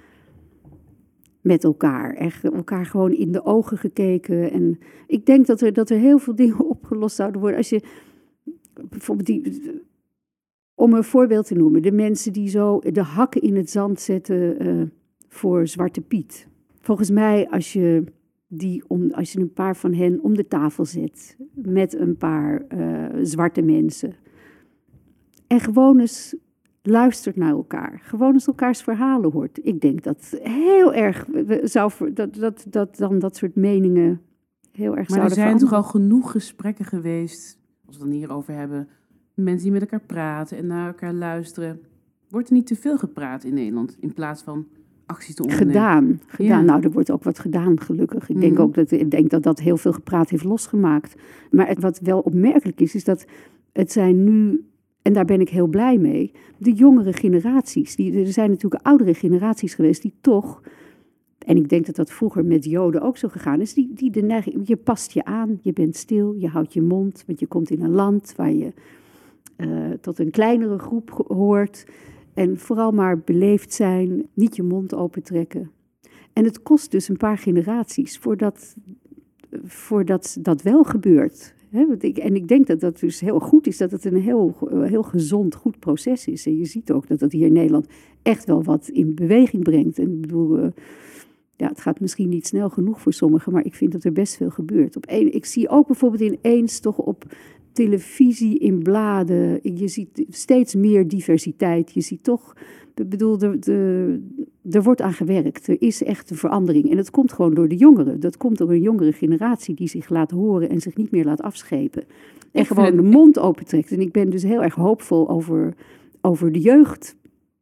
met elkaar. En elkaar gewoon in de ogen gekeken. En ik denk dat er, dat er heel veel dingen opgelost zouden worden. Als je bijvoorbeeld die, om een voorbeeld te noemen, de mensen die zo de hakken in het zand zetten uh, voor Zwarte Piet. Volgens mij, als je, die om, als je een paar van hen om de tafel zet met een paar uh, zwarte mensen en gewoon eens luistert naar elkaar. Gewoon eens elkaars verhalen hoort. Ik denk dat heel erg zou dat, dat, dat dan dat soort meningen heel erg maar zouden er zijn veranderen. toch al genoeg gesprekken geweest, als we het dan hierover hebben, mensen die met elkaar praten en naar elkaar luisteren. Wordt er niet te veel gepraat in Nederland in plaats van actie te ondernemen? Gedaan. gedaan. Ja. Nou, er wordt ook wat gedaan, gelukkig. Ik denk Mm-hmm. ook dat, ik denk dat dat heel veel gepraat heeft losgemaakt. Maar het, wat wel opmerkelijk is, is dat het zijn nu, en daar ben ik heel blij mee, de jongere generaties. Die, er zijn natuurlijk oudere generaties geweest die toch, en ik denk dat dat vroeger met Joden ook zo gegaan is, die, die de neiging, je past je aan, je bent stil, je houdt je mond, want je komt in een land waar je uh, tot een kleinere groep hoort. En vooral maar beleefd zijn, niet je mond opentrekken. En het kost dus een paar generaties voordat, voordat dat wel gebeurt. He, want ik, en ik denk dat dat dus heel goed is, dat het een heel, heel gezond, goed proces is. En je ziet ook dat dat hier in Nederland echt wel wat in beweging brengt. En ik bedoel, uh, Ja, het gaat misschien niet snel genoeg voor sommigen, maar ik vind dat er best veel gebeurt. Op een, ik zie ook bijvoorbeeld ineens toch op televisie, in bladen, je ziet steeds meer diversiteit. Je ziet toch, ik bedoel, er, de, er wordt aan gewerkt. Er is echt een verandering. En dat komt gewoon door de jongeren. Dat komt door een jongere generatie die zich laat horen en zich niet meer laat afschepen. En ik gewoon de mond opentrekt. En ik ben dus heel erg hoopvol over, over de jeugd.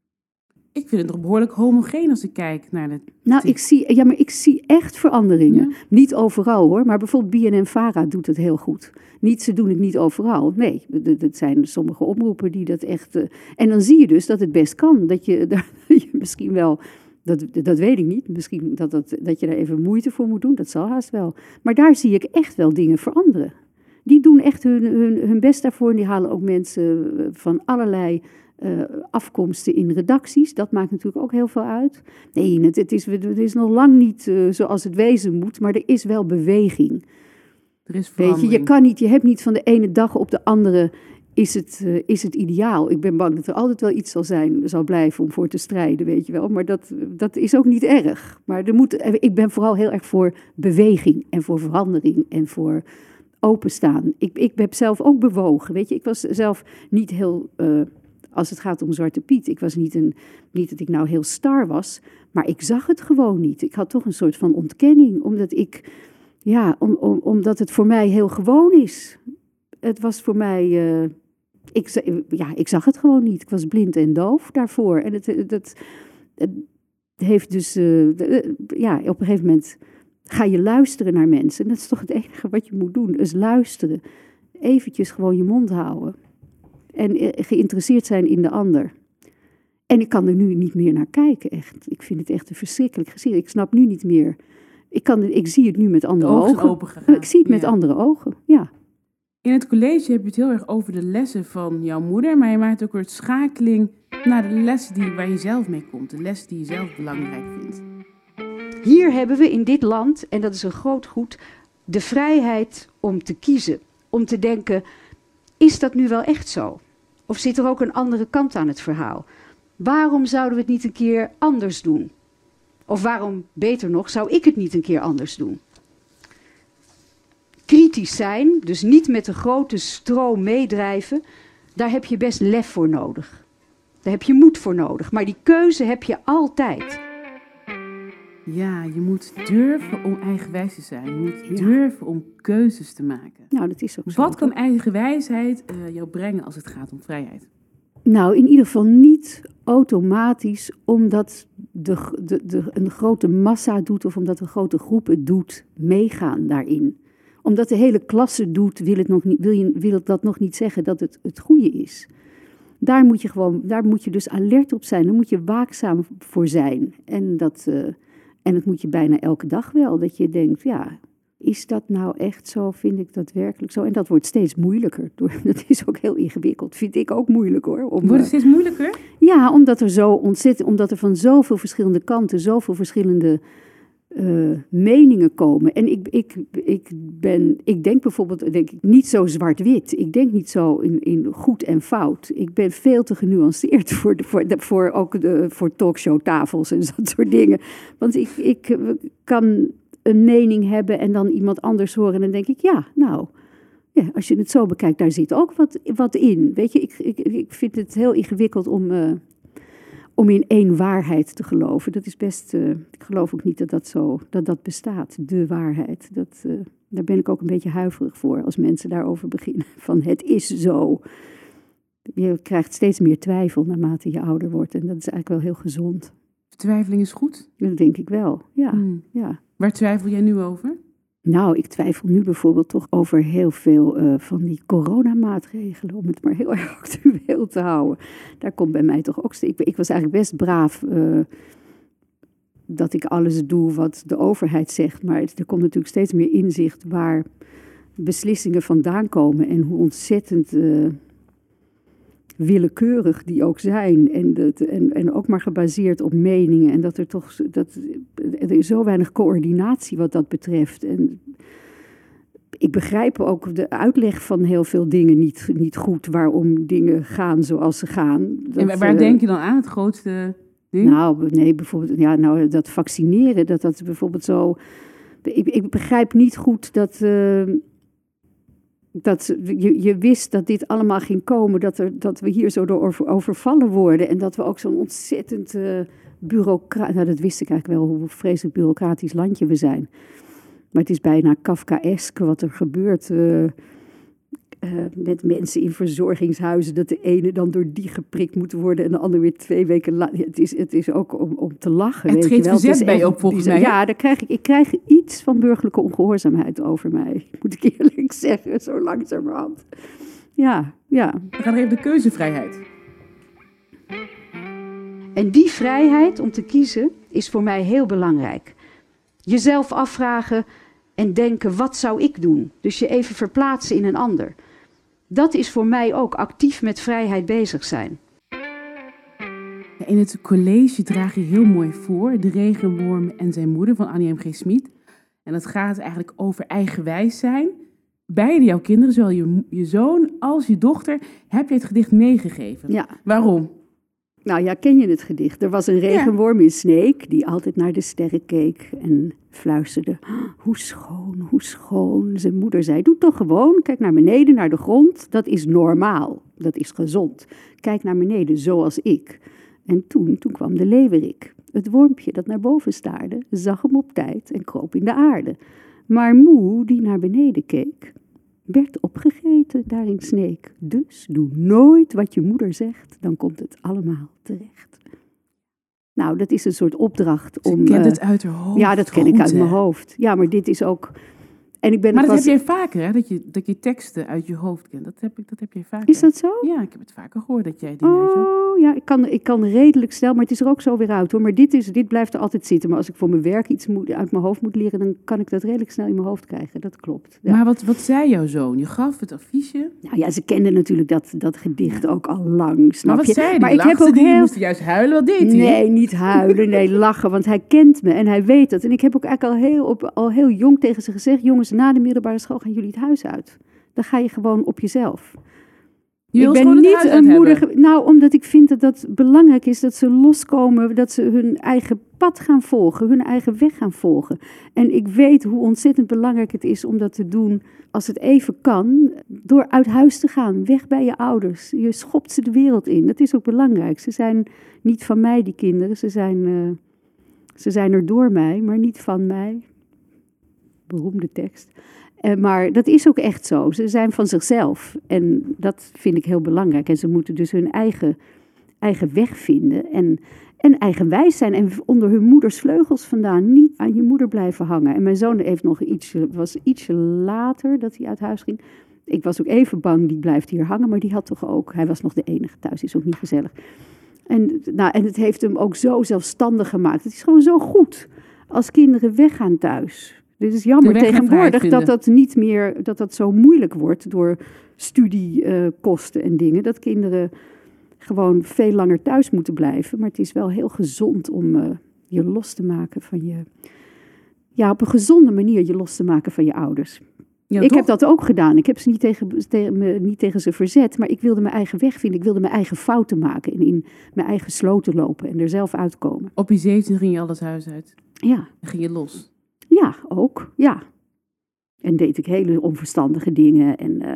Ik vind het toch behoorlijk homogeen als ik kijk naar de... Nou, ik zie, ja, maar ik zie echt veranderingen. Ja. Niet overal hoor, maar bijvoorbeeld B N N Vara doet het heel goed. Niet, ze doen het niet overal. Nee, dat zijn sommige omroepen die dat echt... Uh, en dan zie je dus dat het best kan. Dat je, dat je misschien wel... Dat, dat weet ik niet. Misschien dat, dat, dat je daar even moeite voor moet doen. Dat zal haast wel. Maar daar zie ik echt wel dingen veranderen. Die doen echt hun, hun, hun best daarvoor. En die halen ook mensen van allerlei... Uh, afkomsten in redacties, dat maakt natuurlijk ook heel veel uit. Nee, het, het, is, het is nog lang niet uh, zoals het wezen moet, maar er is wel beweging. Er is verandering. Weet je, je kan niet, je hebt niet van de ene dag op de andere is het, uh, is het ideaal. Ik ben bang dat er altijd wel iets zal zijn, zal blijven om voor te strijden, weet je wel. Maar dat, dat is ook niet erg. Maar er moet, ik ben vooral heel erg voor beweging en voor verandering en voor openstaan. Ik, ik heb zelf ook bewogen, weet je. Ik was zelf niet heel... Uh, Als het gaat om Zwarte Piet. Ik was niet, een, niet dat ik nou heel star was, maar ik zag het gewoon niet. Ik had toch een soort van ontkenning, omdat ik, ja, om, om, omdat het voor mij heel gewoon is. Het was voor mij, uh, ik, ja, ik zag het gewoon niet. Ik was blind en doof daarvoor. En het, het, het, het heeft dus, uh, de, ja, op een gegeven moment ga je luisteren naar mensen. En dat is toch het enige wat je moet doen, is luisteren. Eventjes gewoon je mond houden. En geïnteresseerd zijn in de ander. En ik kan er nu niet meer naar kijken, echt. Ik vind het echt een verschrikkelijk gezicht. Ik snap nu niet meer. Ik, kan, ik zie het nu met andere ogen. ogen. Ik zie het met ja. andere ogen, ja. In het college heb je het heel erg over de lessen van jouw moeder, maar je maakt ook een schakeling naar de lessen die, waar je zelf mee komt. De lessen die je zelf belangrijk vindt. Hier hebben we in dit land, en dat is een groot goed, de vrijheid om te kiezen. Om te denken... Is dat nu wel echt zo? Of zit er ook een andere kant aan het verhaal? Waarom zouden we het niet een keer anders doen? Of waarom, beter nog, zou ik het niet een keer anders doen? Kritisch zijn, dus niet met de grote stroom meedrijven, daar heb je best lef voor nodig. Daar heb je moed voor nodig, maar die keuze heb je altijd. Ja, je moet durven om eigenwijs te zijn. Je moet ja. durven om keuzes te maken. Nou, dat is ook zo. Wat kan eigenwijsheid uh, jou brengen als het gaat om vrijheid? Nou, in ieder geval niet automatisch omdat de, de, de, een grote massa doet of omdat een grote groep het doet, meegaan daarin. Omdat de hele klasse het doet, wil het, nog niet, wil je, wil het dat nog niet zeggen dat het het goede is. Daar moet je gewoon, daar moet je dus alert op zijn. Daar moet je waakzaam voor zijn. En dat... Uh, En dat moet je bijna elke dag wel, dat je denkt, ja, is dat nou echt zo? Vind ik dat werkelijk zo? En dat wordt steeds moeilijker. Dat is ook heel ingewikkeld, vind ik ook moeilijk hoor. Om, wordt het steeds moeilijker? Ja, omdat er zo ontzettend, omdat er van zoveel verschillende kanten, zoveel verschillende uh, meningen komen. En ik, ik, ik, ben, ik denk bijvoorbeeld denk ik, niet zo zwart-wit. Ik denk niet zo in, in goed en fout. Ik ben veel te genuanceerd voor, de, voor, de, voor, ook de, voor talkshowtafels en dat soort dingen. Want ik, ik kan een mening hebben en dan iemand anders horen en dan denk ik, ja, nou... Ja, als je het zo bekijkt, daar zit ook wat, wat in. Weet je, ik, ik, ik vind het heel ingewikkeld om... Uh, om in één waarheid te geloven. Dat is best, uh, ik geloof ook niet dat dat zo, dat dat bestaat, de waarheid. Dat, uh, daar ben ik ook een beetje huiverig voor als mensen daarover beginnen. Van het is zo. Je krijgt steeds meer twijfel naarmate je ouder wordt. En dat is eigenlijk wel heel gezond. Twijfeling is goed? Dat denk ik wel, ja. Hmm. ja. Waar twijfel jij nu over? Nou, ik twijfel nu bijvoorbeeld toch over heel veel uh, van die coronamaatregelen, om het maar heel erg actueel te houden. Daar komt bij mij toch ook... Ik, ik was eigenlijk best braaf uh, dat ik alles doe wat de overheid zegt, maar er komt natuurlijk steeds meer inzicht waar beslissingen vandaan komen en hoe ontzettend uh, willekeurig die ook zijn. En, dat, en, en ook maar gebaseerd op meningen. En dat er toch dat, er is zo weinig coördinatie wat dat betreft. En ik begrijp ook de uitleg van heel veel dingen niet, niet goed. Waarom dingen gaan zoals ze gaan. Dat, en waar uh, denk je dan aan? Het grootste ding? Nou, nee, bijvoorbeeld, ja, nou, dat vaccineren, dat dat bijvoorbeeld zo... Ik, ik begrijp niet goed dat... Uh, dat je, je wist dat dit allemaal ging komen, dat, er, dat we hier zo door over, overvallen worden en dat we ook zo'n ontzettend uh, bureaucratisch... Nou, dat wist ik eigenlijk wel, hoe vreselijk bureaucratisch landje we zijn. Maar het is bijna Kafkaesk wat er gebeurt uh, uh, met mensen in verzorgingshuizen, dat de ene dan door die geprikt moet worden en de andere weer twee weken later. Het is, het is ook om, om te lachen. Het weet je wel. Het is bij op volgens mij. Ja, daar krijg ik, ik krijg iets van burgerlijke ongehoorzaamheid over mij, moet ik eerlijk zeggen, zo langzamerhand. Ja, ja. We gaan even de keuzevrijheid. En die vrijheid om te kiezen is voor mij heel belangrijk. Jezelf afvragen en denken, wat zou ik doen? Dus je even verplaatsen in een ander. Dat is voor mij ook actief met vrijheid bezig zijn. Ja, in het college draag je heel mooi voor De regenworm en zijn moeder van Annie M G. Schmid. En dat gaat eigenlijk over eigenwijs zijn. Beide jouw kinderen, zowel je, je zoon als je dochter, heb je het gedicht meegegeven. Ja. Waarom? Nou ja, ken je het gedicht? Er was een regenworm in Sneek die altijd naar de sterren keek en fluisterde. Hoe schoon, hoe schoon. Zijn moeder zei, doe toch gewoon. Kijk naar beneden, naar de grond. Dat is normaal. Dat is gezond. Kijk naar beneden, zoals ik. En toen, toen kwam de leeuwerik. Het wormpje dat naar boven staarde, zag hem op tijd en kroop in de aarde. Maar Moe, die naar beneden keek, werd opgegeten daar in Sneek. Dus doe nooit wat je moeder zegt, dan komt het allemaal terecht. Nou, dat is een soort opdracht om... Ze kent uh, het uit haar hoofd. Ja, dat ken Goed, ik uit hè? mijn hoofd. Ja, maar dit is ook... En ik ben maar dat pas... heb jij vaker, hè? Dat je, dat je teksten uit je hoofd kent. Dat heb, ik, dat heb jij vaker. Is dat zo? Ja, ik heb het vaker gehoord dat jij dingen uit je hoofd... Oh, ja, ik kan, ik kan redelijk snel, maar het is er ook zo weer uit, hoor. Maar dit, is, dit blijft er altijd zitten. Maar als ik voor mijn werk iets moet, uit mijn hoofd moet leren, dan kan ik dat redelijk snel in mijn hoofd krijgen. Dat klopt. Ja. Maar wat, wat zei jouw zoon? Je gaf het adviesje? Nou ja, ze kenden natuurlijk dat, dat gedicht ook al lang, snap Maar wat je? zei hij? Maar ik heb Lachte ook die? heel... Moest hij juist huilen? Wat deed hij? Nee, niet huilen, nee, lachen, want hij kent me en hij weet dat. En ik heb ook eigenlijk al heel, op, al heel jong tegen ze gezegd, jongens, na de middelbare school gaan jullie het huis uit. Dan ga je gewoon op jezelf. Je ik ben niet een moeder. Nou, omdat ik vind dat dat belangrijk is dat ze loskomen, dat ze hun eigen pad gaan volgen, hun eigen weg gaan volgen. En ik weet hoe ontzettend belangrijk het is om dat te doen, als het even kan, door uit huis te gaan, weg bij je ouders. Je schopt ze de wereld in. Dat is ook belangrijk. Ze zijn niet van mij, die kinderen. Ze zijn, uh, ze zijn er door mij, maar niet van mij. Beroemde tekst. Uh, maar dat is ook echt zo. Ze zijn van zichzelf. En dat vind ik heel belangrijk. En ze moeten dus hun eigen, eigen weg vinden. En, en eigenwijs zijn. En onder hun moeders vleugels vandaan. Niet aan je moeder blijven hangen. En mijn zoon heeft nog ietsje, was ietsje later dat hij uit huis ging. Ik was ook even bang, die blijft hier hangen. Maar die had toch ook... Hij was nog de enige thuis. Is ook niet gezellig. En, nou, en het heeft hem ook zo zelfstandig gemaakt. Het is gewoon zo goed als kinderen weggaan thuis. Dit is jammer tegenwoordig dat dat niet meer, dat dat zo moeilijk wordt door studiekosten uh, en dingen. Dat kinderen gewoon veel langer thuis moeten blijven. Maar het is wel heel gezond om uh, je los te maken van je... Ja, op een gezonde manier je los te maken van je ouders. Ja, ik toch? heb dat ook gedaan. Ik heb ze niet tegen, tegen, me, niet tegen ze verzet, maar ik wilde mijn eigen weg vinden. Ik wilde mijn eigen fouten maken en in mijn eigen sloten lopen en er zelf uitkomen. Op je zeventien ging je al het huis uit? Ja. En ging je los? Ja, ook, ja. En deed ik hele onverstandige dingen en uh,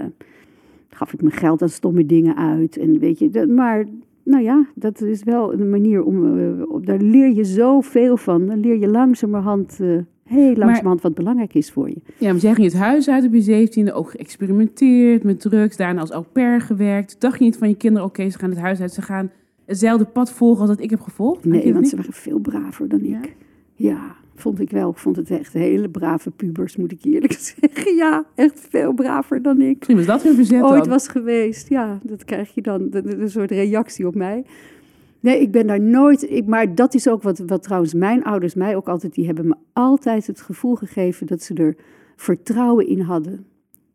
gaf ik mijn geld aan stomme dingen uit. En weet je, dat, maar nou ja, dat is wel een manier om, uh, daar leer je zoveel van. Dan leer je langzamerhand, uh, heel langzamerhand maar, wat belangrijk is voor je. Ja, maar jij ging het huis uit op je zeventiende, ook geëxperimenteerd met drugs, daarna als au pair gewerkt. Dacht je niet van je kinderen, oké, okay, ze gaan het huis uit, ze gaan hetzelfde pad volgen als dat ik heb gevolgd? Nee, want niet? Ze waren veel braver dan ja? ik. Ja. Vond ik wel. Ik vond het echt hele brave pubers, moet ik eerlijk zeggen. Ja, echt veel braver dan ik. Misschien was dat weer verzet ooit dan. was geweest. Ja, dat krijg je dan. Een soort reactie op mij. Nee, ik ben daar nooit... Ik, maar dat is ook wat, wat trouwens mijn ouders mij ook altijd... Die hebben me altijd het gevoel gegeven dat ze er vertrouwen in hadden.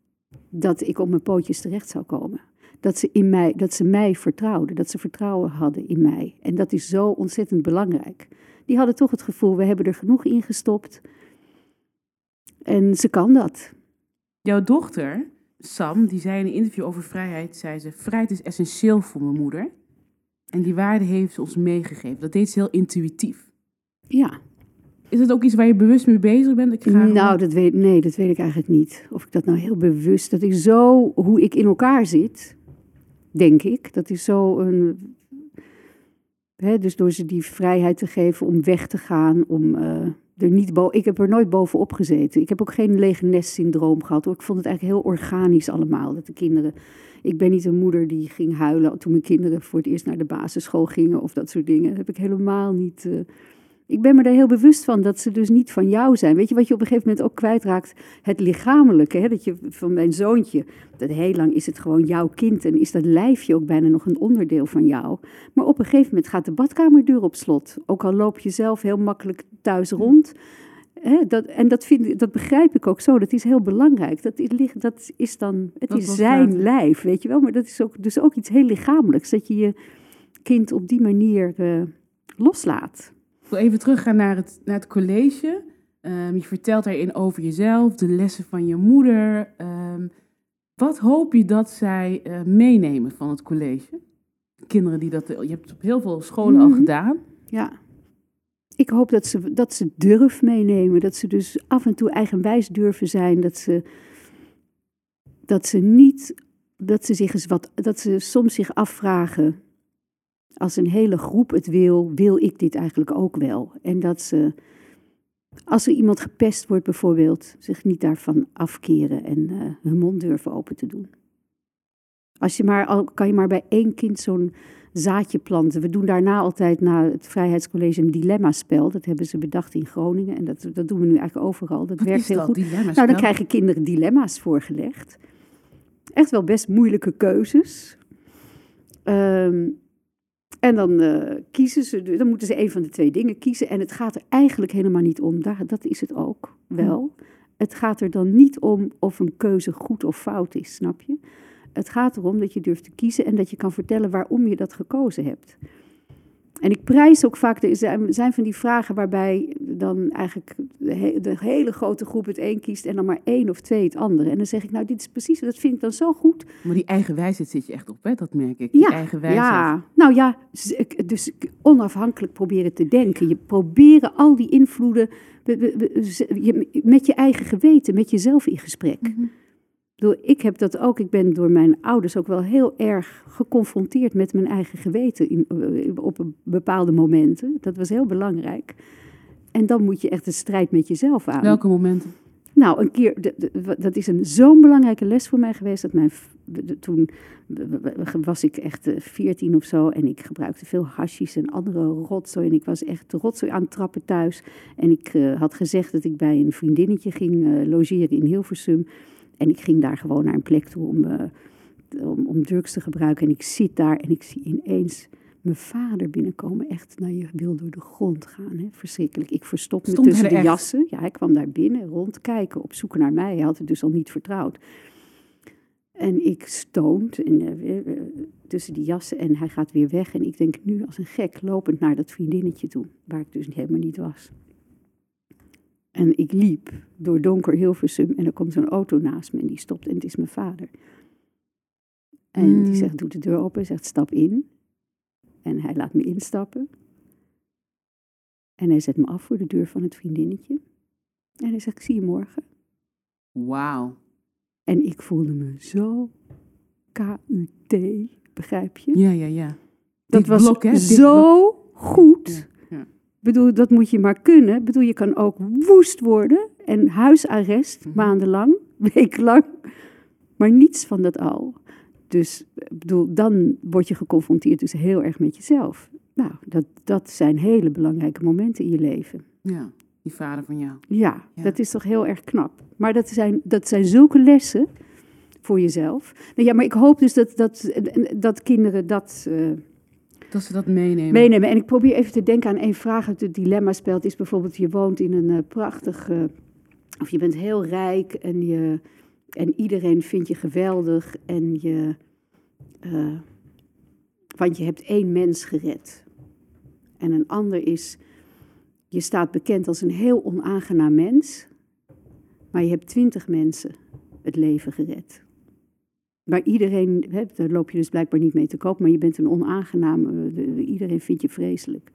Dat ik op mijn pootjes terecht zou komen. Dat ze, in mij, dat ze mij vertrouwden. Dat ze vertrouwen hadden in mij. En dat is zo ontzettend belangrijk. Die hadden toch het gevoel, we hebben er genoeg in gestopt. En ze kan dat. Jouw dochter, Sam, die zei in een interview over vrijheid, zei ze, vrijheid is essentieel voor mijn moeder. En die waarde heeft ze ons meegegeven. Dat deed ze heel intuïtief. Ja. Is het ook iets waar je bewust mee bezig bent? Ik ga nou, dat weet, nee, dat weet ik eigenlijk niet. Of ik dat nou heel bewust... Dat is zo hoe ik in elkaar zit, denk ik. Dat is zo een... Hè, dus door ze die vrijheid te geven om weg te gaan, om uh, er niet boven... Ik heb er nooit bovenop gezeten. Ik heb ook geen lege nest-syndroom gehad. Hoor. Ik vond het eigenlijk heel organisch allemaal, dat de kinderen... Ik ben niet een moeder die ging huilen toen mijn kinderen voor het eerst naar de basisschool gingen of dat soort dingen. Dat heb ik helemaal niet... Uh... Ik ben me er heel bewust van dat ze dus niet van jou zijn. Weet je wat je op een gegeven moment ook kwijtraakt? Het lichamelijke. Hè? Dat je van mijn zoontje, dat heel lang is het gewoon jouw kind en is dat lijfje ook bijna nog een onderdeel van jou. Maar op een gegeven moment gaat de badkamerdeur op slot. Ook al loop je zelf heel makkelijk thuis rond. Hè? Dat, en dat, vind, dat begrijp ik ook zo. Dat is heel belangrijk. Dat is, dat is dan, het dat is zijn laten. lijf, weet je wel. Maar dat is ook, dus ook iets heel lichamelijks. Dat je je kind op die manier uh, loslaat. Ik wil even teruggaan naar het, naar het college. Um, je vertelt daarin over jezelf, de lessen van je moeder. Um, wat hoop je dat zij uh, meenemen van het college? Kinderen die dat... Je hebt het op heel veel scholen mm-hmm. al gedaan. Ja. Ik hoop dat ze, dat ze durf meenemen. Dat ze dus af en toe eigenwijs durven zijn. Dat ze, dat ze niet... Dat ze, zich eens wat, dat ze soms zich afvragen... Als een hele groep het wil, wil ik dit eigenlijk ook wel. En dat ze, als er iemand gepest wordt bijvoorbeeld, zich niet daarvan afkeren en uh, hun mond durven open te doen. Als je maar, al kan je maar bij één kind zo'n zaadje planten. We doen daarna altijd na het Vrijheidscollege een dilemmaspel. Dat hebben ze bedacht in Groningen en dat, dat doen we nu eigenlijk overal. Dat Wat werkt is heel dat, goed. Dilemmaspel? Nou, dan krijgen kinderen dilemma's voorgelegd. Echt wel best moeilijke keuzes. Um, En dan uh, kiezen ze, dan moeten ze een van de twee dingen kiezen. En het gaat er eigenlijk helemaal niet om, daar, dat is het ook wel. Het gaat er dan niet om of een keuze goed of fout is, snap je? Het gaat erom dat je durft te kiezen en dat je kan vertellen waarom je dat gekozen hebt. En ik prijs ook vaak, er zijn van die vragen waarbij dan eigenlijk de hele grote groep het een kiest en dan maar één of twee het andere. En dan zeg ik, nou dit is precies, dat vind ik dan zo goed. Maar die eigen wijsheid zit je echt op, hè? Dat merk ik. Die ja, eigen wijsheid. Ja, nou ja, dus onafhankelijk proberen te denken. Je proberen al die invloeden met je eigen geweten, met jezelf in gesprek. Mm-hmm. Ik heb dat ook, ik ben door mijn ouders ook wel heel erg geconfronteerd met mijn eigen geweten in, op bepaalde momenten. Dat was heel belangrijk. En dan moet je echt een strijd met jezelf aan. Welke momenten? Nou, een keer, de, de, dat is een zo'n belangrijke les voor mij geweest. Dat mijn, de, toen was ik echt veertien of zo en ik gebruikte veel hashies en andere rotzooi. En ik was echt rotzooi aan het trappen thuis. En ik uh, had gezegd dat ik bij een vriendinnetje ging uh, logeren in Hilversum. En ik ging daar gewoon naar een plek toe om, uh, om, om drugs te gebruiken. En ik zit daar en ik zie ineens mijn vader binnenkomen. Echt, nou, je wil door de grond gaan. Hè? Verschrikkelijk. Ik verstop me tussen de echt? jassen. Ja, hij kwam daar binnen, rondkijken, op zoek naar mij. Hij had het dus al niet vertrouwd. En ik stoont en, uh, uh, tussen die jassen en hij gaat weer weg. En ik denk nu als een gek lopend naar dat vriendinnetje toe. Waar ik dus helemaal niet was. En ik liep door donker Hilversum en er komt zo'n auto naast me en die stopt en het is mijn vader. En mm. die zegt, doet de deur open, zegt stap in. En hij laat me instappen. En hij zet me af voor de deur van het vriendinnetje. En hij zegt, ik zie je morgen. Wauw. En ik voelde me zo K U T, begrijp je? Ja, ja, ja. Dat Dit was blok, hè? zo blok. goed. Ja, ja. Ik bedoel, dat moet je maar kunnen. Ik bedoel, je kan ook woest worden en huisarrest, mm-hmm. maandenlang, wekenlang. Maar niets van dat al. Dus ik bedoel, dan word je geconfronteerd dus heel erg met jezelf. Nou, dat, dat zijn hele belangrijke momenten in je leven. Ja, die vader van jou. Ja, ja, dat is toch heel erg knap. Maar dat zijn, dat zijn zulke lessen voor jezelf. Nou ja, maar ik hoop dus dat, dat, dat kinderen dat... Uh, Dat ze dat meenemen. Meenemen. En ik probeer even te denken aan één vraag uit het dilemma-spel. Het is bijvoorbeeld, je woont in een uh, prachtig... Uh, of je bent heel rijk en, je, en iedereen vindt je geweldig. En je... Uh, want je hebt één mens gered. En een ander is... Je staat bekend als een heel onaangenaam mens. Maar je hebt twintig mensen het leven gered. Maar iedereen, hè, daar loop je dus blijkbaar niet mee te koop, maar je bent een onaangenaam, de, de, iedereen vindt je vreselijk.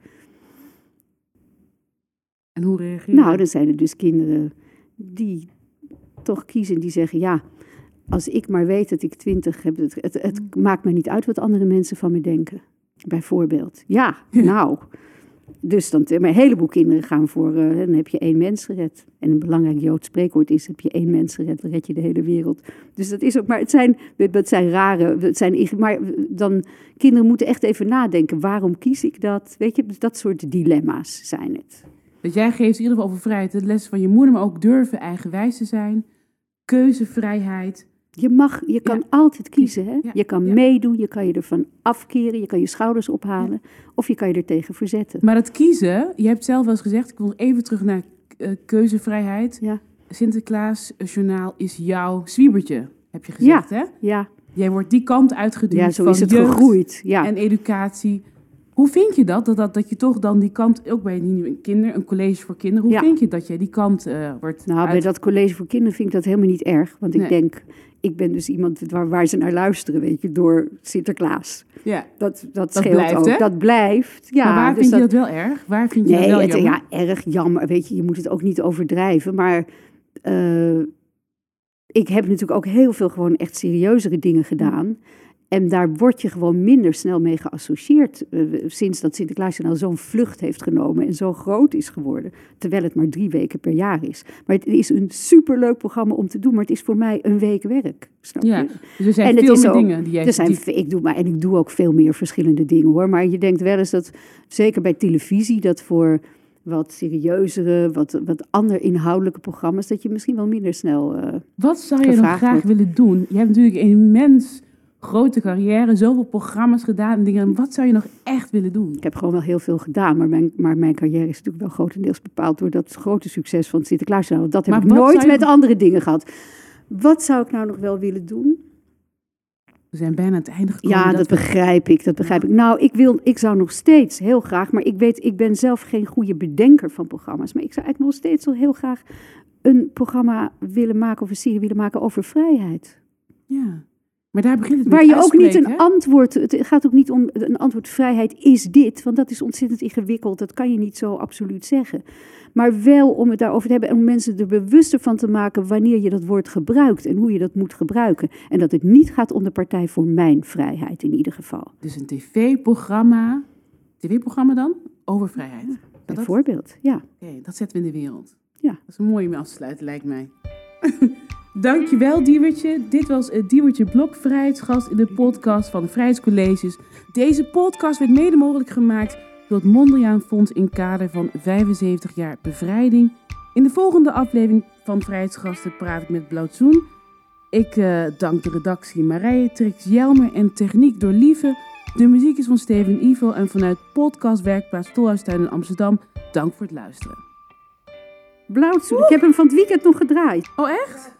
En hoe reageer je? Nou, dan zijn er dus kinderen die toch kiezen, die zeggen, ja, als ik maar weet dat ik twintig heb, het, het, het maakt me niet uit wat andere mensen van me denken. Bijvoorbeeld. Ja, nou. Dus dan, maar een heleboel kinderen gaan voor, uh, dan heb je één mens gered. En een belangrijk Joods spreekwoord is, heb je één mens gered, dan red je de hele wereld. Dus dat is ook, maar het zijn, het zijn rare, het zijn, maar dan, kinderen moeten echt even nadenken, waarom kies ik dat? Weet je, dat soort dilemma's zijn het. Dus jij geeft in ieder geval over vrijheid de les van je moeder, maar ook durven eigenwijs te zijn, keuzevrijheid. Je mag, je kan ja. altijd kiezen, hè? Ja. Je kan ja. meedoen, je kan je ervan afkeren, je kan je schouders ophalen, ja. of je kan je er tegen verzetten. Maar dat kiezen, je hebt zelf wel eens gezegd, ik wil nog even terug naar uh, keuzevrijheid. Ja. Sinterklaasjournaal is jouw zwiebertje, heb je gezegd, ja. hè? Ja. Jij wordt die kant uitgeduwd ja, zo van is het jeugd gegroeid. Ja. En educatie. Hoe vind je dat? Dat, dat? dat je toch dan die kant, ook bij een kinder, een college voor kinderen, hoe ja. vind je dat je die kant uh, wordt Nou, uit... bij dat college voor kinderen vind ik dat helemaal niet erg. Want ik nee. denk, ik ben dus iemand waar, waar ze naar luisteren, weet je, door Sinterklaas. Ja. Dat, dat, dat scheelt blijft, ook. Hè? Dat blijft. Ja, maar waar dus vind dat... je dat wel erg? Waar vind je nee, dat wel het, jammer? Ja, erg jammer. Weet je, je moet het ook niet overdrijven. Maar uh, ik heb natuurlijk ook heel veel gewoon echt serieuzere dingen gedaan. En daar word je gewoon minder snel mee geassocieerd uh, sinds dat Sinterklaasjournaal zo'n vlucht heeft genomen en zo groot is geworden. Terwijl het maar drie weken per jaar is. Maar het is een superleuk programma om te doen, maar het is voor mij een week werk. Snap je? Ja, dus er zijn en veel meer ook, dingen die jij... Er zijn, die... ik doe, maar, en ik doe ook veel meer verschillende dingen hoor. Maar je denkt wel eens dat, zeker bij televisie, dat voor wat serieuzere, wat, wat ander inhoudelijke programma's, dat je misschien wel minder snel uh, Wat zou je nog graag wordt. willen doen? Je hebt natuurlijk een immens grote carrière, zoveel programma's gedaan en dingen. Wat zou je nog echt willen doen? Ik heb gewoon wel heel veel gedaan, maar mijn, maar mijn carrière is natuurlijk wel grotendeels bepaald door dat grote succes van het Sinterklaasjournaal. Dat heb maar ik nooit je... met andere dingen gehad. Wat zou ik nou nog wel willen doen? We zijn bijna aan het einde gekomen. Ja, dat, dat begrijp ik, dat begrijp ik. Nou, ik, wil, ik zou nog steeds heel graag, maar ik weet, ik ben zelf geen goede bedenker van programma's, maar ik zou eigenlijk nog steeds wel heel graag een programma willen maken of een serie willen maken over vrijheid. Ja. Maar daar begint het Waar je ook niet een hè? antwoord, het gaat ook niet om een antwoord vrijheid is dit, want dat is ontzettend ingewikkeld, dat kan je niet zo absoluut zeggen. Maar wel om het daarover te hebben en om mensen er bewuster van te maken wanneer je dat woord gebruikt en hoe je dat moet gebruiken. En dat het niet gaat om de Partij voor Mijn Vrijheid in ieder geval. Dus een tv-programma, tv-programma dan, over vrijheid. Ja, bijvoorbeeld, ja. Oké, okay, dat zetten we in de wereld. Ja. Dat is een mooie om af te sluiten, lijkt mij. Dankjewel, Diewertje. Dit was het Diewertje Blok, vrijheidsgast in de podcast van de Vrijheidscolleges. Deze podcast werd mede mogelijk gemaakt door het Mondriaan Fonds in kader van vijfenzeventig jaar bevrijding. In de volgende aflevering van Vrijheidsgasten praat ik met Blauwtsoen. Ik uh, dank de redactie Marije, Trix Jelmer en techniek door Lieve. De muziek is van Steven Ivo en vanuit podcast Werkplaats Tolhuistuin in Amsterdam. Dank voor het luisteren. Blauwtsoen, ik heb hem van het weekend nog gedraaid. Oh echt?